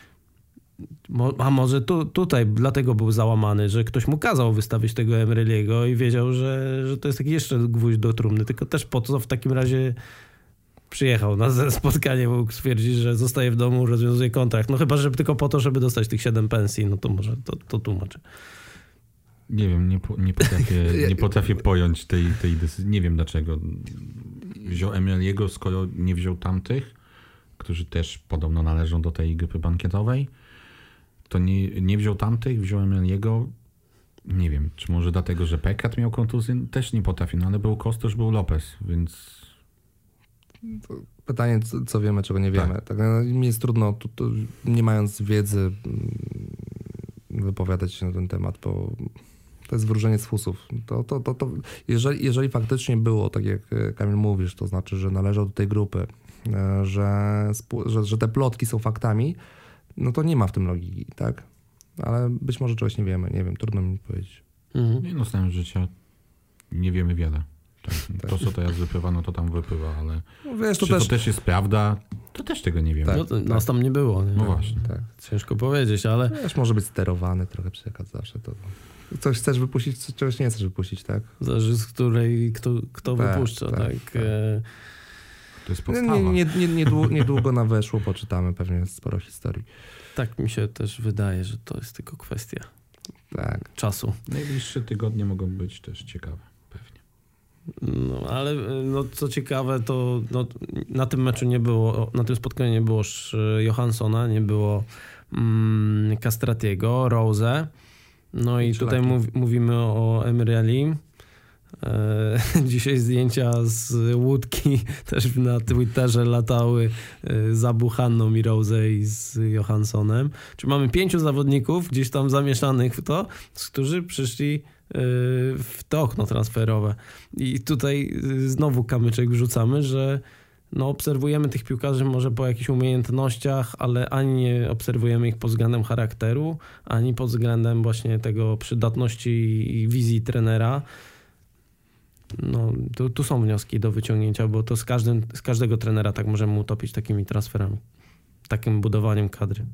A może tu, tutaj dlatego był załamany, że ktoś mu kazał wystawić tego Emreliego i wiedział, że, że to jest taki jeszcze gwóźdź do trumny. Tylko też po co w takim razie przyjechał na spotkanie, mógł stwierdzić, że zostaje w domu, rozwiązuje kontrakt. No chyba, że tylko po to, żeby dostać tych siedem pensji, no to może to, to tłumaczy. Nie wiem, nie, nie potrafię, nie potrafię pojąć tej, tej decyzji. Nie wiem dlaczego. Wziął Emreliego, skoro nie wziął tamtych, którzy też podobno należą do tej grupy bankietowej, to nie, nie wziął tamtych, wziął Emreliego. Nie wiem, czy może dlatego, że Pekat miał kontuzję? Też nie potrafię, no ale był Kostosz, był Lopez, więc... Pytanie, co, co wiemy, czego nie wiemy. Tak. Tak, no, mi jest trudno, tu, tu, nie mając wiedzy, wypowiadać się na ten temat, bo to jest wróżenie z fusów. To, to, to, to, jeżeli, jeżeli faktycznie było, tak jak Kamil mówisz, to znaczy, że należał do tej grupy, że, że, że te plotki są faktami, no to nie ma w tym logiki, tak? Ale być może czegoś nie wiemy, nie wiem, trudno mi powiedzieć. Mhm. Nie no, stałem życia nie wiemy wiele. Tak. Tak. To, co teraz wypływa, no to tam wypływa, ale no wiesz, to czy też... to też jest prawda, to też tego nie wiemy. Tak, no to tak. Nas tam nie było. Nie? No właśnie. Tak. Ciężko powiedzieć, ale... Wiesz, może być sterowany trochę przekaz zawsze. To... Coś chcesz wypuścić, czegoś nie chcesz wypuścić, tak? Zależy z której, kto, kto tak, wypuszcza, tak. tak. tak. E... To jest podstawa. Nie, nie, nie, niedługo, niedługo na weszło poczytamy pewnie sporo historii. Tak mi się też wydaje, że to jest tylko kwestia tak. czasu. Najbliższe tygodnie mogą być też ciekawe, pewnie. No, ale no, co ciekawe, to no, na tym meczu nie było, na tym spotkaniu nie było Johanssona, nie było mm, Castratiego, Rose. No i tutaj mów, mówimy o Emrelim. E, dzisiaj zdjęcia z łódki też na Twitterze latały e, za Buchanną i Rose i z Johanssonem. Czyli mamy pięciu zawodników gdzieś tam zamieszanych w to, z którzy przyszli w to okno transferowe. I tutaj znowu kamyczek wrzucamy, że no obserwujemy tych piłkarzy może po jakichś umiejętnościach, ale ani nie obserwujemy ich pod względem charakteru, ani pod względem właśnie tego przydatności i wizji trenera. No, tu, tu są wnioski do wyciągnięcia, bo to z, każdym, z każdego trenera tak możemy utopić takimi transferami, takim budowaniem kadry.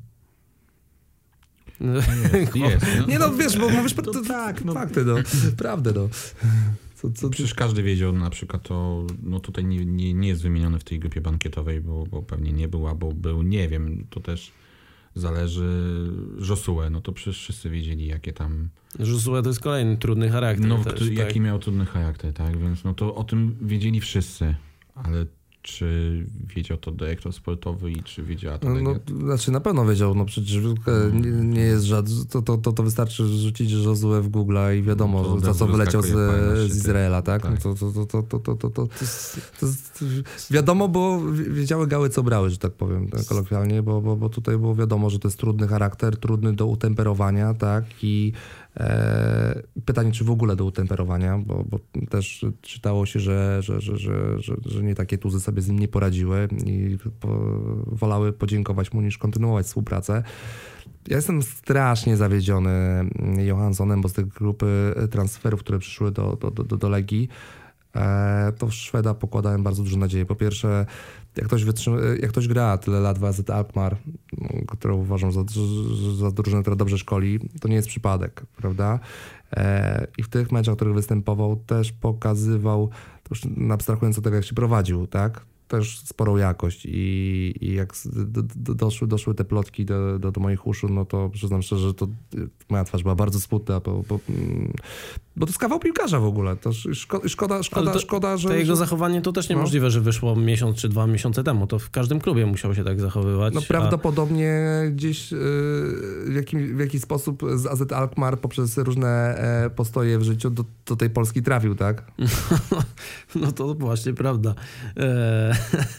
Jest, jest, no. Nie no, wiesz, bo mówisz to, to tak, no. fakty, no, prawdę, no. Co, co, Przecież każdy wiedział na przykład to, no tutaj nie, nie, nie jest wymieniony w tej grupie bankietowej, bo, bo pewnie nie był, albo był, nie wiem, to też zależy. Josue, no to przecież wszyscy wiedzieli, jakie tam... Josue to jest kolejny trudny charakter. No, też, kto, tak. jaki miał trudny charakter, tak, więc no to o tym wiedzieli wszyscy, ale czy wiedział to dyrektor sportowy i czy wiedziała to no, no, znaczy na pewno wiedział, no przecież nie, nie jest żaden, to, to, to, to wystarczy rzucić Josue w Google'a i wiadomo, no za co wyleciał z, z Izraela, tak? tak. No to, to, to, to, to, to, to, to wiadomo, bo wiedziały gały co brały, że tak powiem, tak, kolokwialnie, bo, bo, bo tutaj było wiadomo, że to jest trudny charakter, trudny do utemperowania, tak? I E, pytanie, czy w ogóle do utemperowania, bo, bo też czytało się, że, że, że, że, że, że nie takie tuzy sobie z nim nie poradziły i po, wolały podziękować mu niż kontynuować współpracę. Ja jestem strasznie zawiedziony Johanssonem, bo z tej grupy transferów, które przyszły do, do, do, do Legii, e, to w Szweda pokładałem bardzo dużo nadziei. Po pierwsze, jak ktoś, wytrzyma, jak ktoś gra tyle lat w A Z Alkmaar, którą uważam za, za drużynę, która dobrze szkoli, to nie jest przypadek, prawda? E, I w tych meczach, w których występował, też pokazywał, to już abstrahując od tego, jak się prowadził, tak? Też sporą jakość i, i jak do, do, doszły, doszły te plotki do, do, do moich uszu, no to przyznam szczerze, że to moja twarz była bardzo smutna, bo, bo, bo to jest kawał piłkarza w ogóle. To szkoda, szkoda, szkoda, to, szkoda że... To jego że... zachowanie to też no. niemożliwe, że wyszło miesiąc czy dwa miesiące temu. To w każdym klubie musiał się tak zachowywać. No prawdopodobnie a... gdzieś yy, w, jakim, w jakiś sposób z A Z Alkmaar poprzez różne e, postoje w życiu do, do tej Polski trafił, tak? No to właśnie prawda. E...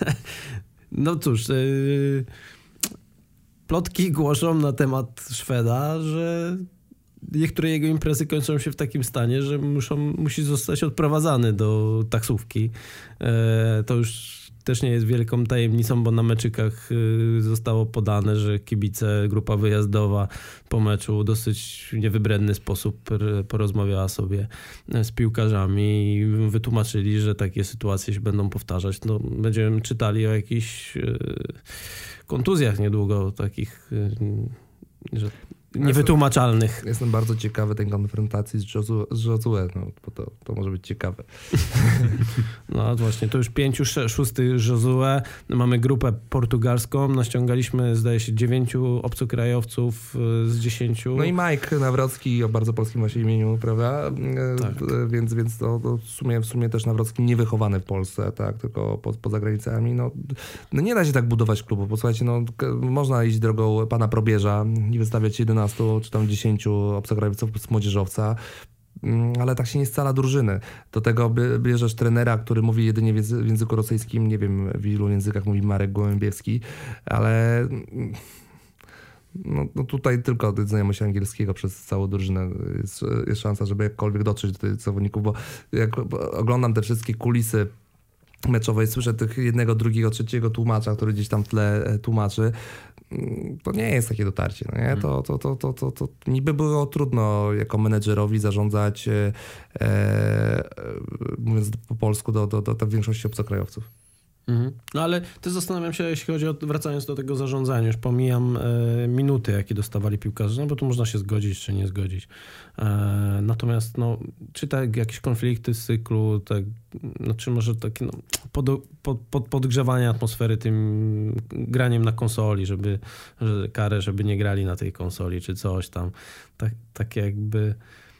No cóż, yy... plotki głoszą na temat Szweda, że niektóre jego imprezy kończą się w takim stanie, że muszą, musi zostać odprowadzany do taksówki. E... To już też nie jest wielką tajemnicą, bo na meczykach zostało podane, że kibice, grupa wyjazdowa po meczu w dosyć niewybredny sposób porozmawiała sobie z piłkarzami i wytłumaczyli, że takie sytuacje się będą powtarzać. No, będziemy czytali o jakichś kontuzjach niedługo, takich że niewytłumaczalnych. Jestem bardzo ciekawy tej konfrontacji z Josue, z Josue no, bo to, to może być ciekawe. No właśnie, to już pięciu, szósty Josue. Mamy grupę portugalską. Naściągaliśmy, zdaje się, dziewięciu obcokrajowców z dziesięciu. No i Mike Nawrocki o bardzo polskim właśnie imieniu, prawda? Tak. Więc, więc to, to w, sumie, w sumie też Nawrocki niewychowany w Polsce, tak, tylko po, poza granicami. No, no nie da się tak budować klubu, bo słuchajcie, no, można iść drogą pana Probierza i wystawiać jedenastu czy tam dziesięciu obcokrajowców z młodzieżowca, ale tak się nie scala drużyny. Do tego bierzesz trenera, który mówi jedynie w języku rosyjskim, nie wiem w ilu językach mówi Marek Gołębiewski, ale no, no tutaj tylko znajomość angielskiego przez całą drużynę jest, jest szansa, żeby jakkolwiek dotrzeć do tych zawodników, bo jak oglądam te wszystkie kulisy meczowej, słyszę tych jednego, drugiego, trzeciego tłumacza, który gdzieś tam w tle tłumaczy, to nie jest takie dotarcie. No nie? To, to, to, to, to, to niby było trudno jako menedżerowi zarządzać, e, e, mówiąc po polsku, do, do, do, do większości obcokrajowców. Mhm. No ale też zastanawiam się, jeśli chodzi o, wracając do tego zarządzania, już pomijam e, minuty, jakie dostawali piłkarze, no bo tu można się zgodzić, czy nie zgodzić. E, natomiast no, czy tak jakieś konflikty z cyklu, tak, no, czy może takie no, pod, pod, pod, podgrzewanie atmosfery tym graniem na konsoli, żeby że karę, żeby nie grali na tej konsoli, czy coś tam. Tak, tak jakby...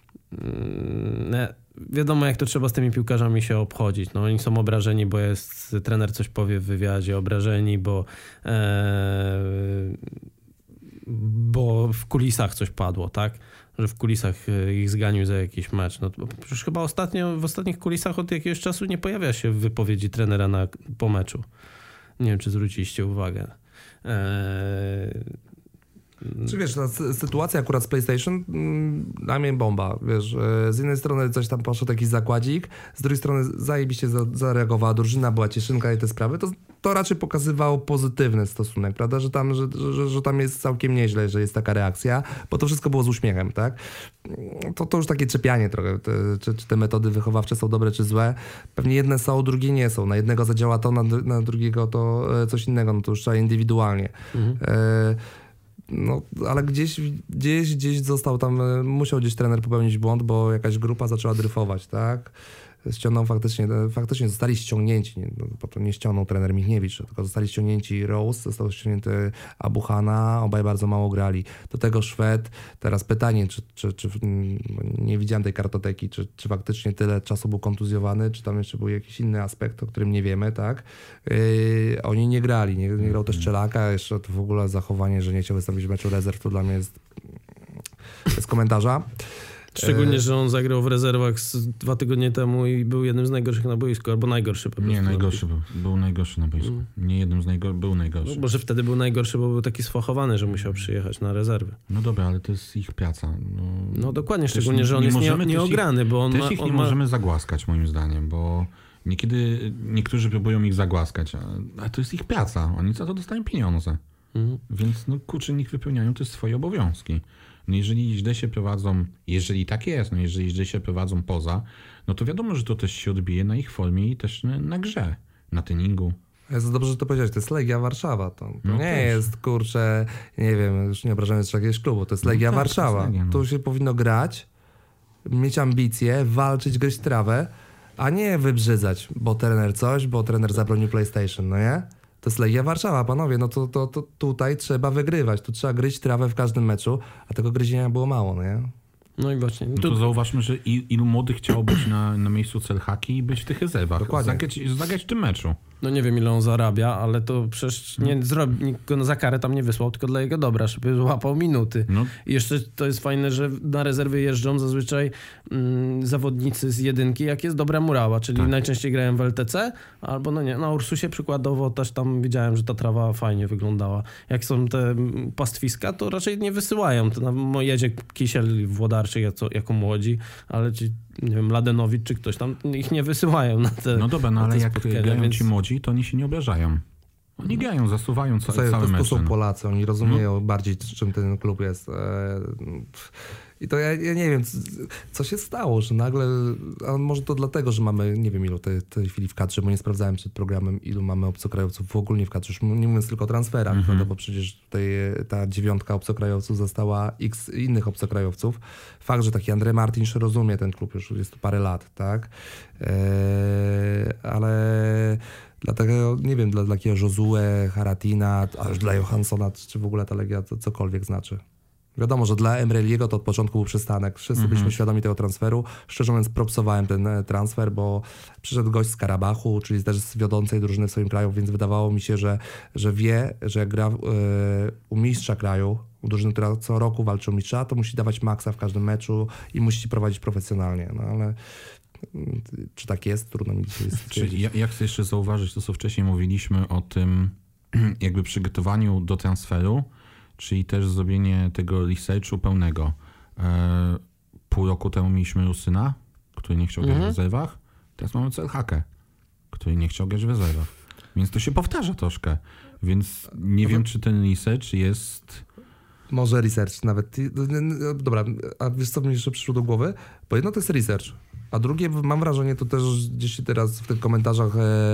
Mm, wiadomo, jak to trzeba z tymi piłkarzami się obchodzić. No, oni są obrażeni, bo jest trener coś powie w wywiadzie, obrażeni, bo, e, bo w kulisach coś padło, tak? Że w kulisach ich zganił za jakiś mecz. No, przecież chyba ostatnio, w ostatnich kulisach od jakiegoś czasu nie pojawia się w wypowiedzi trenera na, po meczu. Nie wiem, czy zwróciliście uwagę. E, Czy wiesz, ta sytuacja akurat z PlayStation dla mnie bomba, wiesz, z jednej strony coś tam poszedł jakiś zakładzik, z drugiej strony zajebiście zareagowała drużyna, była cieszynka i te sprawy, to, to raczej pokazywało pozytywny stosunek, prawda, że tam, że, że, że tam jest całkiem nieźle, że jest taka reakcja, bo to wszystko było z uśmiechem, tak? To, to już takie czepianie trochę, te, czy, czy te metody wychowawcze są dobre, czy złe. Pewnie jedne są, drugie nie są. Na jednego zadziała to, na, na drugiego to coś innego, no to już trzeba indywidualnie. Mhm. E, No, ale gdzieś, gdzieś, gdzieś został tam, musiał gdzieś trener popełnić błąd, bo jakaś grupa zaczęła dryfować, tak? Ściągnął faktycznie, faktycznie zostali ściągnięci, nie, bo to nie ściągnął trener Michniewicz, tylko zostali ściągnięci Rose, został ściągnięty Abuhana, obaj bardzo mało grali. Do tego Szwed, teraz pytanie, czy, czy, czy nie widziałem tej kartoteki, czy, czy faktycznie tyle czasu był kontuzjowany, czy tam jeszcze był jakiś inny aspekt, o którym nie wiemy, tak? Yy, oni nie grali, nie, nie grał też Czelaka, jeszcze to w ogóle zachowanie, że nie chciał wystąpić w meczu rezerw, to dla mnie jest bez komentarza. Szczególnie, że on zagrał w rezerwach z dwa tygodnie temu i był jednym z najgorszych na boisku, albo najgorszy po prostu. Nie, najgorszy był. Był najgorszy na boisku. Mm. Nie jednym z najgorszych, był najgorszy. No, może wtedy był najgorszy, bo był taki sfachowany, że musiał przyjechać na rezerwy. No dobra, ale to jest ich praca. No, no dokładnie, szczególnie, że on jest nie, nieograny, bo on też ma... ich on nie ma... możemy zagłaskać, moim zdaniem, bo niekiedy niektórzy próbują ich zagłaskać, a to jest ich praca. Oni za to dostają pieniądze. Mm. Więc no kurczę, niech wypełniają te swoje obowiązki. No jeżeli źle się prowadzą, jeżeli tak jest, no jeżeli źle się prowadzą poza, no to wiadomo, że to też się odbije na ich formie i też na, na grze, na treningu. Jest dobrze, że to powiedziałeś, to jest Legia Warszawa. To, to no nie też. jest, kurczę, nie wiem, już nie obrażając jakiegoś klubu, to jest Legia no tak, Warszawa. To jest Legia, no. Tu się powinno grać, mieć ambicje, walczyć, gryźć trawę, a nie wybrzydzać, bo trener coś, bo trener zabronił PlayStation, no nie? To jest Legia Warszawa, panowie, no to, to, to tutaj trzeba wygrywać, tu trzeba gryźć trawę w każdym meczu, a tego gryzienia było mało, no nie? No i właśnie. No to zauważmy, że ilu młodych chciało być na, na miejscu Celhaki i być w tych rezerwach. Dokładnie. Zagrać, zagrać w tym meczu. No nie wiem, ile on zarabia, ale to przecież nie hmm. zrobi, nikt go za karę tam nie wysłał, tylko dla jego dobra, żeby złapał minuty. No. I jeszcze to jest fajne, że na rezerwy jeżdżą zazwyczaj mm, zawodnicy z jedynki, jak jest dobra murała, czyli tak. najczęściej grają w L T C, albo no nie, na Ursusie przykładowo też tam widziałem, że ta trawa fajnie wyglądała. Jak są te pastwiska, to raczej nie wysyłają. To no, jedzie Kisiel Włodarczyk jako, jako młodzi, ale ci, nie wiem, Ladenowicz czy ktoś tam, ich nie wysyłają na te No dobra, no ale jak grają więc... ci młodzi, to oni się nie obrażają. Oni grają, zasuwają ca- to, cały to, mecz. To są Polacy, oni rozumieją no. bardziej, czym ten klub jest. I to ja, ja nie wiem, co się stało, że nagle, a może to dlatego, że mamy, nie wiem ilu tej, tej chwili w kadrze, bo nie sprawdzałem przed programem, ilu mamy obcokrajowców w ogóle w kadrze, już nie mówiąc tylko o transferach, mm-hmm. prawda, bo przecież tutaj ta dziewiątka obcokrajowców została x innych obcokrajowców. Fakt, że taki Andrzej Martinsz rozumie ten klub, już jest tu parę lat, tak, eee, ale... Dlatego, nie wiem, dla, dla takiego Josue, Haratina, a już dla Johanssona, czy w ogóle ta Legia to cokolwiek znaczy. Wiadomo, że dla Emreliego to od początku był przystanek. Wszyscy mm-hmm. byliśmy świadomi tego transferu. Szczerze mówiąc, propsowałem ten transfer, bo przyszedł gość z Karabachu, czyli też z wiodącej drużyny w swoim kraju, więc wydawało mi się, że, że wie, że jak gra yy, u mistrza kraju, u drużyny, która co roku walczy o mistrza, to musi dawać maksa w każdym meczu i musi prowadzić profesjonalnie. No ale... Czy tak jest? Trudno mi dzisiaj stwierdzić. Ja, ja chcę jeszcze zauważyć to, co wcześniej mówiliśmy o tym jakby przygotowaniu do transferu, czyli też zrobienie tego researchu pełnego. E, pół roku temu mieliśmy Rusyna, który nie chciał grać mhm. w rezerwach. Teraz mamy Celhakę, który nie chciał grać w rezerwach. Więc to się powtarza troszkę. Więc nie wiem, czy ten research jest... Może research nawet. Dobra, a wiesz co mi jeszcze przyszło do głowy? Bo jedno to jest research, a drugie mam wrażenie, to też gdzieś się teraz w tych komentarzach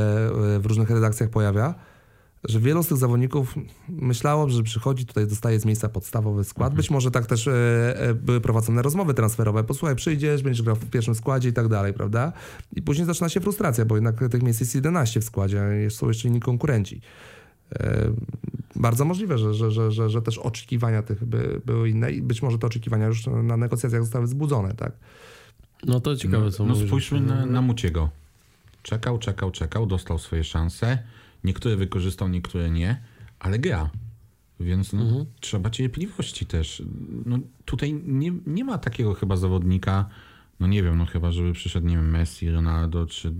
w różnych redakcjach pojawia, że wielu z tych zawodników myślało, że przychodzi tutaj, dostaje z miejsca podstawowy skład. Mhm. Być może tak też e, były prowadzone rozmowy transferowe. Posłuchaj, przyjdziesz, będziesz grał w pierwszym składzie i tak dalej, prawda? I później zaczyna się frustracja, bo jednak tych miejsc jest jedenaście w składzie, a są jeszcze inni konkurenci. E, bardzo możliwe, że, że, że, że, że też oczekiwania tych by, były inne i być może te oczekiwania już na negocjacjach zostały wzbudzone, tak? No to ciekawe, co No, mówisz. no spójrzmy na, na Muciego. Czekał, czekał, czekał, dostał swoje szanse. Niektóre wykorzystał, niektóre nie, ale gra. Więc no, mhm. trzeba cierpliwości też. No, tutaj nie, nie ma takiego chyba zawodnika, no nie wiem, no chyba żeby przyszedł, nie wiem, Messi, Ronaldo, czy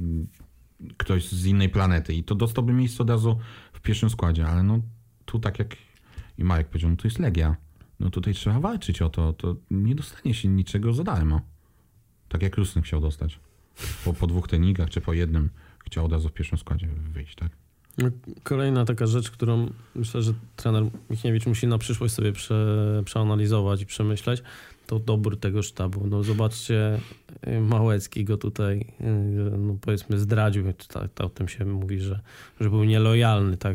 ktoś z innej planety i to dostałby miejsce od razu w pierwszym składzie, ale no tu tak jak i Marek powiedział, no to jest Legia. no tutaj trzeba walczyć o to. To nie dostanie się niczego za darmo. Tak jak Rusyn chciał dostać. Po, po dwóch treningach czy po jednym chciał od razu w pierwszym składzie wyjść, tak? Kolejna taka rzecz, którą myślę, że trener Michniewicz musi na przyszłość sobie prze, przeanalizować i przemyśleć, to dobór tego sztabu. No zobaczcie, Małecki go tutaj, no powiedzmy, zdradził. Tak, tak, o tym się mówi, że, że był nielojalny, tak,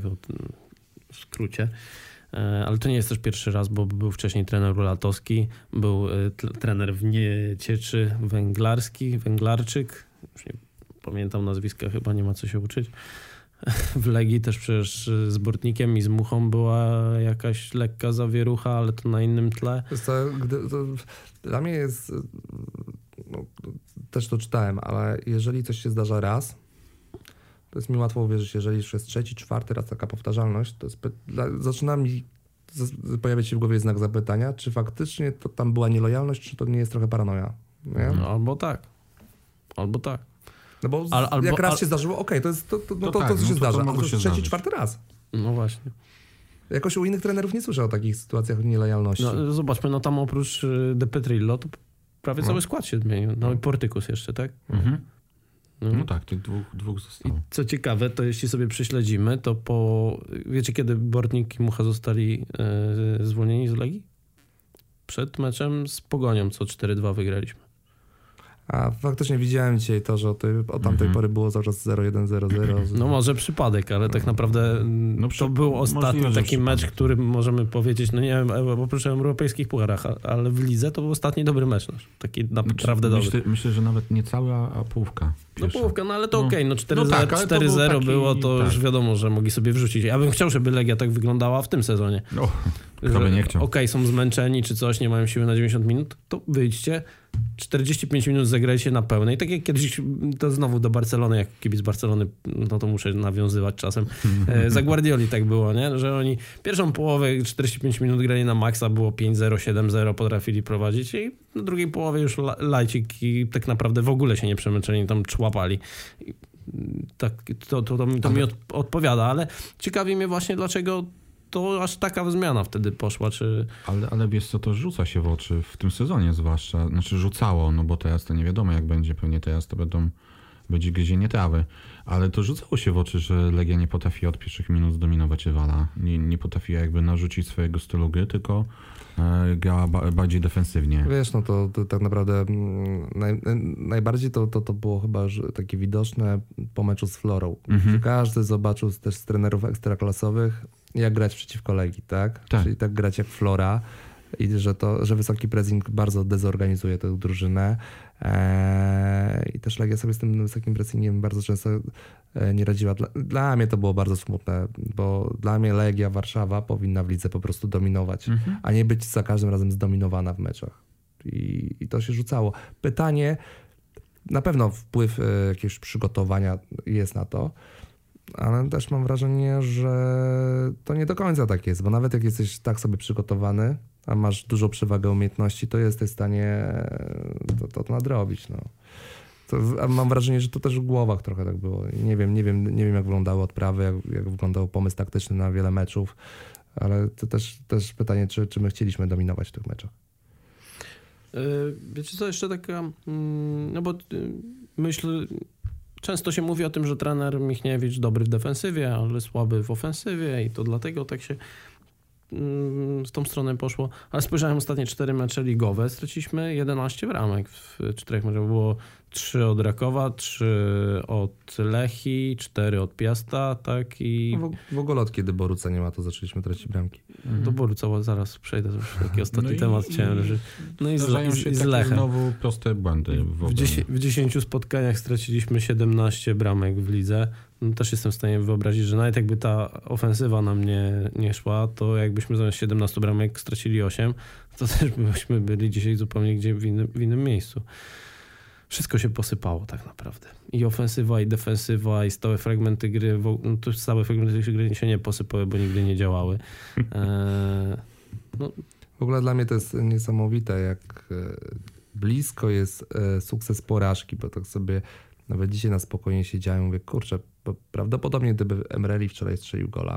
w skrócie. Ale to nie jest też pierwszy raz, bo był wcześniej trener Rulatowski, był trener w Niecieczy Węglarski, Węglarczyk, już nie pamiętam nazwiska, chyba nie ma co się uczyć. W Legii też przecież z Bortnikiem i z Muchą była jakaś lekka zawierucha, ale to na innym tle. To, gdy, to dla mnie jest, no, też to czytałem, ale jeżeli coś się zdarza raz, to jest mi łatwo uwierzyć, jeżeli już jest trzeci, czwarty raz taka powtarzalność, to jest, zaczyna mi pojawiać się w głowie znak zapytania, czy faktycznie to tam była nielojalność, czy to nie jest trochę paranoja. Nie? No, albo tak, albo tak. No bo Al, albo, jak raz al... się zdarzyło, okej, okay, to, jest, to, to, no to, to, tak, to, to się no to, zdarza, to ale to jest trzeci, zdarzyć. czwarty raz. No właśnie. Jakoś u innych trenerów nie słyszę o takich sytuacjach nielojalności. No, zobaczmy, no tam oprócz De Petrillo to prawie no. cały skład się zmienił. No i Portykus jeszcze, tak? Mhm. No. no tak, tych dwóch, dwóch zostało. I co ciekawe, to jeśli sobie prześledzimy, to po... Wiecie, kiedy Bortnik i Mucha zostali e, zwolnieni z Legii? Przed meczem z Pogonią, co cztery dwa wygraliśmy. A faktycznie widziałem dzisiaj to, że od, tej, od tamtej mhm. pory było cały czas zero jeden zero zero. No może przypadek, ale tak naprawdę no, to był ostatni taki przypadek. mecz, który możemy powiedzieć, no nie wiem, oprócz europejskich pucharach, ale w lidze to był ostatni dobry mecz nasz. Taki naprawdę myślę, dobry. Myślę, że nawet nie cała, a połówka. Pierwsza. No połówka, no ale to no. okej, okay. no cztery zero, no tak, cztery zero taki... było, to tak. już wiadomo, że mogli sobie wrzucić. Ja bym chciał, żeby Legia tak wyglądała w tym sezonie. No, kto by nie chciał. Okej, okay, są zmęczeni czy coś, nie mają siły na dziewięćdziesiąt minut, to wyjdźcie, czterdzieści pięć minut zagrajcie na pełnej. Tak jak kiedyś, to znowu do Barcelony, jak kibic Barcelony, no to muszę nawiązywać czasem. Za Guardioli tak było, nie? Że oni pierwszą połowę czterdzieści pięć minut grali na maksa, było pięć zero, siedem zero, potrafili prowadzić i na drugiej połowie już lajcik i tak naprawdę w ogóle się nie przemęczyli, tam człapali. Tak, to, to, to, to mi od, odpowiada, ale ciekawi mnie właśnie, dlaczego to aż taka zmiana wtedy poszła, czy... Ale, ale wiesz co, to rzuca się w oczy w tym sezonie zwłaszcza, znaczy rzucało, no bo teraz to nie wiadomo jak będzie, pewnie teraz to będą, będzie gryzienie trawy, ale to rzucało się w oczy, że Legia nie potrafi od pierwszych minut zdominować rywala, nie, nie potrafiła jakby narzucić swojego stylu gry, tylko e, grała ba, bardziej defensywnie. Wiesz, no to, to tak naprawdę naj, najbardziej to, to, to było chyba takie widoczne po meczu z Florą. Mhm. Każdy zobaczył też z trenerów ekstraklasowych, jak grać przeciwko Legii, tak? tak? Czyli tak grać jak Flora i że to, że wysoki pressing bardzo dezorganizuje tę drużynę eee, i też Legia sobie z tym wysokim pressingiem bardzo często e, nie radziła. Dla, dla mnie to było bardzo smutne, bo dla mnie Legia Warszawa powinna w lidze po prostu dominować, mhm. a nie być za każdym razem zdominowana w meczach. I, i to się rzucało. Pytanie, na pewno wpływ e, jakiegoś przygotowania jest na to, ale też mam wrażenie, że to nie do końca tak jest, bo nawet jak jesteś tak sobie przygotowany, a masz dużą przewagę umiejętności, to jesteś w stanie to, to nadrobić. No. To, a mam wrażenie, że to też w głowach trochę tak było. Nie wiem, nie wiem, nie wiem jak wyglądały odprawy, jak, jak wyglądał pomysł taktyczny na wiele meczów, ale to też, też pytanie, czy, czy my chcieliśmy dominować w tych meczach. Wiecie co, jeszcze taka, no bo myślę, często się mówi o tym, że trener Michniewicz dobry w defensywie, ale słaby w ofensywie i to dlatego tak się w tą stronę poszło. Ale spojrzałem ostatnie cztery mecze ligowe, straciliśmy jedenaście bramek w czterech meczach. Było trzy od Rakowa, trzy od Lechii, cztery od Piasta, tak i... No w, w ogóle od kiedy Boruca nie ma, to zaczęliśmy tracić bramki. Do Boruca zaraz przejdę, to już taki ostatni no temat i, chciałem. Że... No i z, się i z Lechem. Znowu proste błędy. W, w, dziesię- w dziesięciu spotkaniach straciliśmy siedemnaście bramek w lidze. No, też jestem w stanie wyobrazić, że nawet jakby ta ofensywa nam nie, nie szła, to jakbyśmy zamiast siedemnastu bramek stracili osiem, to też byśmy byli dzisiaj zupełnie gdzie w innym, w innym miejscu. Wszystko się posypało tak naprawdę. I ofensywa, i defensywa, i stałe fragmenty gry. No to stałe fragmenty gry się nie posypały, bo nigdy nie działały. Eee, no. W ogóle dla mnie to jest niesamowite, jak blisko jest sukces porażki, bo tak sobie nawet dzisiaj na spokojnie siedziałem i mówię, kurczę, prawdopodobnie gdyby Emreli wczoraj strzelił gola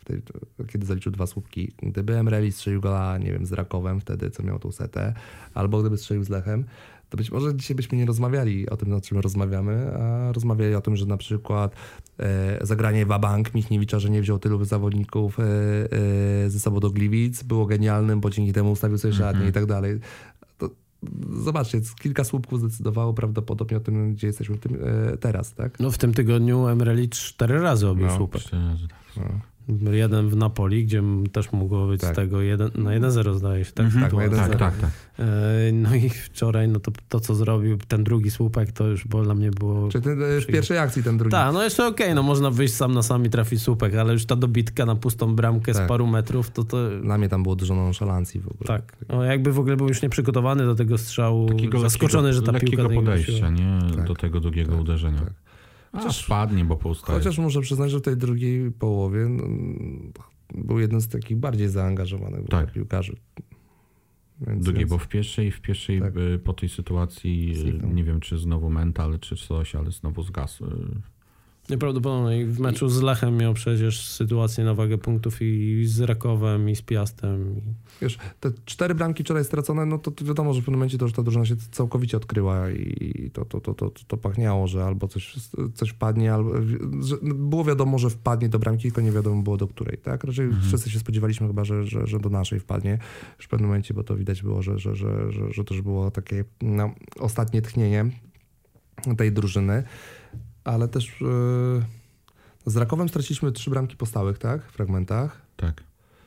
w tej, kiedy zaliczył dwa słupki. Gdyby Emreli strzelił gola, nie wiem, z Rakowem wtedy, co miał tą setę, albo gdyby strzelił z Lechem, to być może dzisiaj byśmy nie rozmawiali o tym, o czym rozmawiamy, a rozmawiali o tym, że na przykład e, zagranie Wabank Michniewicza, że nie wziął tylu zawodników e, e, ze sobą do Gliwic, było genialnym, bo dzięki temu ustawił sobie szatnię mm-hmm. i tak dalej. To, zobaczcie, kilka słupków zdecydowało prawdopodobnie o tym, gdzie jesteśmy w tym, e, teraz, tak? No w tym tygodniu Emreli cztery razy obił no, słupek. Cztery razy, tak. No. Jeden w Napoli, gdzie też mogło być tak. z tego jeden, na jeden zero zdaje się. Tak, mm-hmm. tak, tak, tak, tak. No i wczoraj no to, to, co zrobił, ten drugi słupek, to już bo dla mnie było... Czy ten, w pierwszej akcji ten drugi. Tak, no jeszcze okej, okay, no można wyjść sam na sam i trafić słupek, ale już ta dobitka na pustą bramkę tak. z paru metrów, to to... Dla mnie tam było dużo nonszalancji w ogóle. Tak, no jakby w ogóle był już nieprzygotowany do tego strzału, takiego zaskoczony, lekkiego, że ta piłka... Lekkiego podejścia, nie? Tak. Do tego drugiego tak, uderzenia. Tak. Chociaż spadnie, bo poustaje. Chociaż muszę przyznać, że w tej drugiej połowie no, był jeden z takich bardziej zaangażowanych tak. piłkarzy. Więc drugiej, więc... bo w pierwszej, w pierwszej tak. po tej sytuacji, Zniknął. nie wiem czy znowu mental, czy coś, ale znowu zgasł. Nieprawdopodobne. W meczu z Lechem miał przecież sytuację na wagę punktów i z Rakowem, i z Piastem. Wiesz, te cztery bramki wczoraj stracone, no to, to wiadomo, że w pewnym momencie to już ta drużyna się całkowicie odkryła i to, to, to, to, to pachniało, że albo coś, coś padnie, albo że było wiadomo, że wpadnie do bramki, tylko nie wiadomo było do której, tak? Raczej mhm. wszyscy się spodziewaliśmy chyba, że, że, że do naszej wpadnie już w pewnym momencie, bo to widać było, że, że, że, że, że też było takie no, ostatnie tchnienie tej drużyny. Ale też yy, z Rakowem straciliśmy trzy bramki po stałych, tak? W fragmentach. Tak.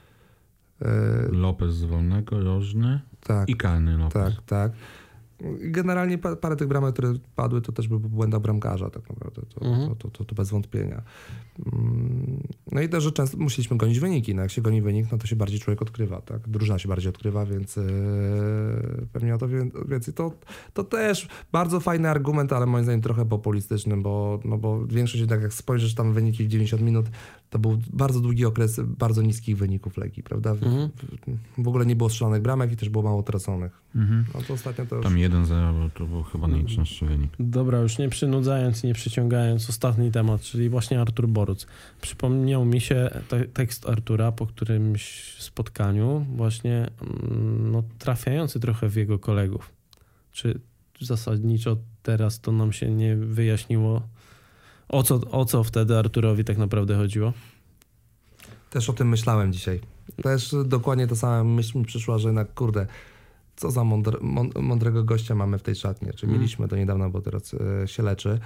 Yy, Lopez z wolnego, rożny tak, i karny Lopez. Tak, tak. Generalnie pa, parę tych bramek, które padły, to też był błęda bramkarza tak naprawdę. To, mhm. to, to, to, to bez wątpienia. No i też, że często musieliśmy gonić wyniki. No jak się goni wynik, no to się bardziej człowiek odkrywa, tak? Drużyna się bardziej odkrywa, więc yy, pewnie o to więcej. To, to też bardzo fajny argument, ale moim zdaniem trochę populistyczny, bo, no bo większość jednak jak spojrzysz tam wyniki w dziewięćdziesiąt minut, to był bardzo długi okres bardzo niskich wyników Legii, prawda? Mhm. W, w ogóle nie było strzelanych bramek i też było mało traconych. Mhm. No to ostatnio to już... Tam jeden zero to był chyba najczęstszy wynik. Dobra, już nie przynudzając i nie przyciągając, ostatni temat, czyli właśnie Artur Boruc. Przypomniał mi się te, tekst Artura po którymś spotkaniu, właśnie no, trafiający trochę w jego kolegów. Czy zasadniczo teraz to nam się nie wyjaśniło, o co, o co wtedy Arturowi tak naprawdę chodziło? Też o tym myślałem dzisiaj. Też dokładnie ta sama myśl mi przyszła, że jednak kurde, co za mądre, mądrego gościa mamy w tej szatni. Czy mm. mieliśmy do niedawna, bo teraz e, się leczy.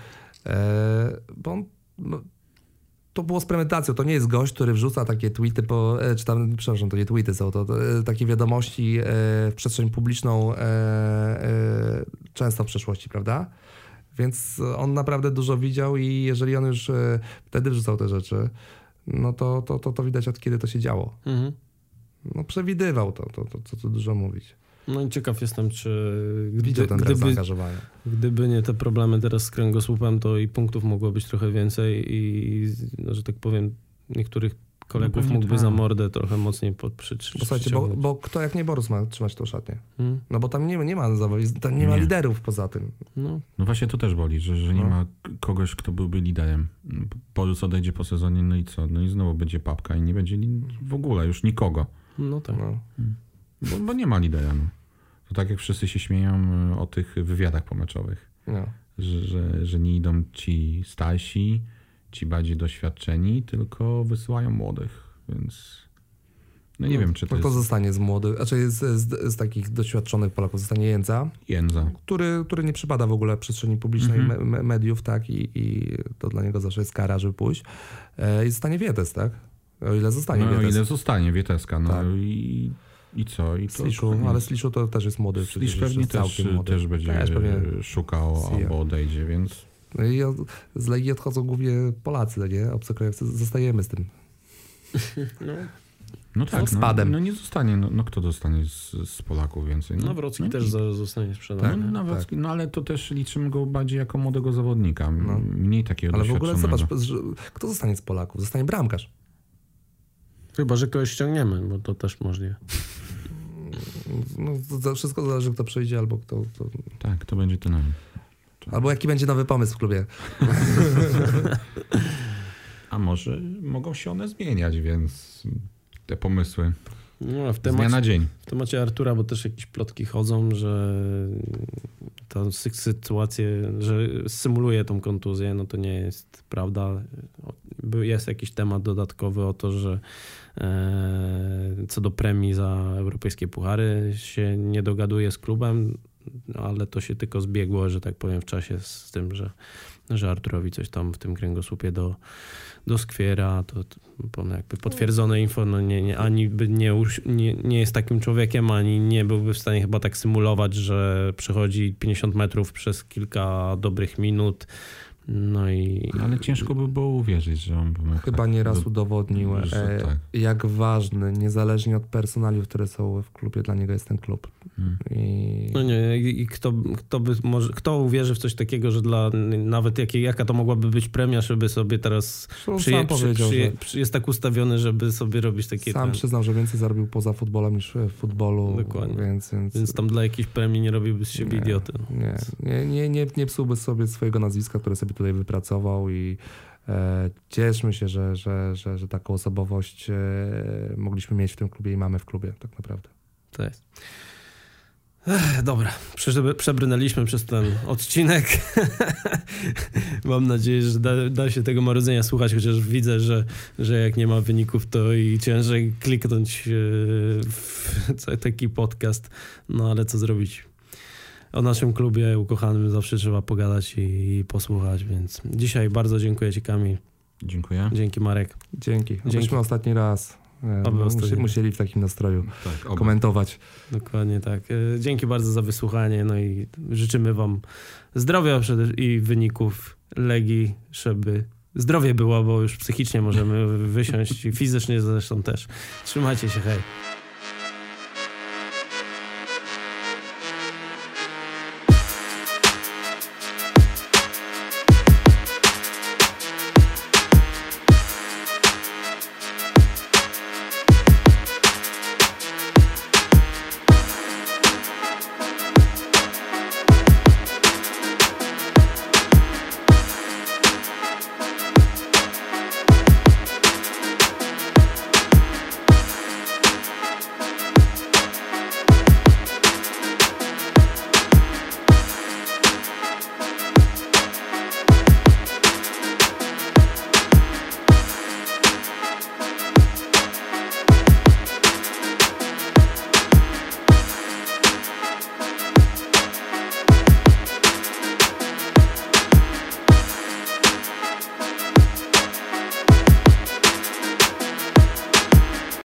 E, bo on, no, to było z premedytacją. To nie jest gość, który wrzuca takie tweety, po, e, czy tam, przepraszam, to nie tweety są, to, to e, takie wiadomości e, w przestrzeń publiczną e, e, często w przeszłości, prawda? Więc on naprawdę dużo widział i jeżeli on już e, wtedy wrzucał te rzeczy, no to, to, to, to widać od kiedy to się działo. Mm-hmm. No przewidywał to, to, to, co tu dużo mówić. No i ciekaw jestem, czy gdy, ten gdyby, gdyby nie te problemy teraz z kręgosłupem, to i punktów mogło być trochę więcej i, no, że tak powiem, niektórych kolegów no mógłby tak. za mordę trochę mocniej przytrzymać. Bo słuchajcie, bo, bo kto jak nie Borus ma trzymać tą szatnię? Hmm? No bo tam nie, nie ma tam nie, nie ma liderów poza tym. No. no właśnie to też boli, że, że nie no. ma kogoś, kto byłby liderem. Borus odejdzie po sezonie, no i co? No i znowu będzie papka i nie będzie w ogóle już nikogo. No tak. No. Bo, bo nie ma lidera. No. To tak jak wszyscy się śmieją o tych wywiadach pomeczowych, no. że, że, że nie idą ci starsi, ci bardziej doświadczeni, tylko wysyłają młodych, więc no nie no, wiem, czy to no to jest... zostanie z młodych, znaczy z, z, z takich doświadczonych Polaków zostanie Jędza, Jędza. Który, który nie przypada w ogóle przestrzeni publicznej, mm-hmm. me, mediów, tak, i, i to dla niego zawsze jest kara, żeby pójść. E, I zostanie Wietes, tak? O ile zostanie no, Wietes. O ile zostanie Wieteska, no tak. i... I co? I to Sliszu, no, ale Sliszu to też jest młody. Slisz pewnie też, młody. też będzie też szukał C I A. Albo odejdzie, więc... No i z Legii odchodzą głównie Polacy, nie? Obcokrajowcy. Zostajemy z tym. No, no tak, no, no nie zostanie. No, no kto zostanie z, z Polaków więcej? No, Nawrocki no, też no, zostanie sprzedany. Tak? No, Nawrocki, tak. no ale to też liczymy go bardziej jako młodego zawodnika. No. Mniej takiego ale doświadczonego. Ale w ogóle zobacz, kto zostanie z Polaków? Zostanie bramkarz. Chyba, że kogoś ściągniemy, bo to też możliwe. No, to wszystko zależy, kto przyjdzie, albo kto... kto... Tak, to będzie ten. Albo jaki będzie nowy pomysł w klubie. A może, mogą się one zmieniać, więc te pomysły no, w z dnia temacie, na dzień. W temacie Artura, bo też jakieś plotki chodzą, że ta sy- sytuację, że symuluje tą kontuzję, no to nie jest prawda. Jest jakiś temat dodatkowy o to, że e, co do premii za europejskie puchary się nie dogaduje z klubem, ale to się tylko zbiegło, że tak powiem, w czasie z tym, że, że Arturowi coś tam w tym kręgosłupie do, doskwiera. To, to jakby potwierdzone info, no nie, nie, ani by nie, nie, nie jest takim człowiekiem, ani nie byłby w stanie chyba tak symulować, że przechodzi pięćdziesiąt metrów przez kilka dobrych minut. No i... Ale ciężko by było uwierzyć, że on by mógł Chyba tak nieraz do... udowodnił, że e, tak. jak ważny, niezależnie od personaliów, które są w klubie, dla niego jest ten klub. Hmm. I... No nie, i kto, kto, by może, kto uwierzy w coś takiego, że dla nawet jakiej, jaka to mogłaby być premia, żeby sobie teraz przyje, przy, przyje, przy, jest tak ustawiony, żeby sobie robić takie... Sam ten, przyznał, że więcej zarobił poza futbolem niż w futbolu. Dokładnie. Więc, więc... więc tam dla jakiejś premii nie robiłby z siebie nie, idioty. Nie, nie, nie, nie, nie psułby sobie swojego nazwiska, które sobie tutaj wypracował i e, cieszmy się, że, że, że, że taką osobowość e, mogliśmy mieć w tym klubie i mamy w klubie tak naprawdę. To jest. Ech, dobra, Prze- przebrnęliśmy przez ten odcinek. Mam nadzieję, że da, da się tego marudzenia słuchać, chociaż widzę, że, że jak nie ma wyników, to i ciężej kliknąć w taki podcast. No ale co zrobić? O naszym klubie ukochanym zawsze trzeba pogadać i, i posłuchać, więc dzisiaj bardzo dziękuję Ci, Kamil. Dziękuję. Dzięki, Marek. Dzięki. Dzięki. Abyśmy ostatni raz e, musi, musieli w takim nastroju tak, komentować. Dokładnie tak. Dzięki bardzo za wysłuchanie, no i życzymy Wam zdrowia i wyników Legii, żeby zdrowie było, bo już psychicznie możemy wysiąść i fizycznie zresztą też. Trzymajcie się, hej.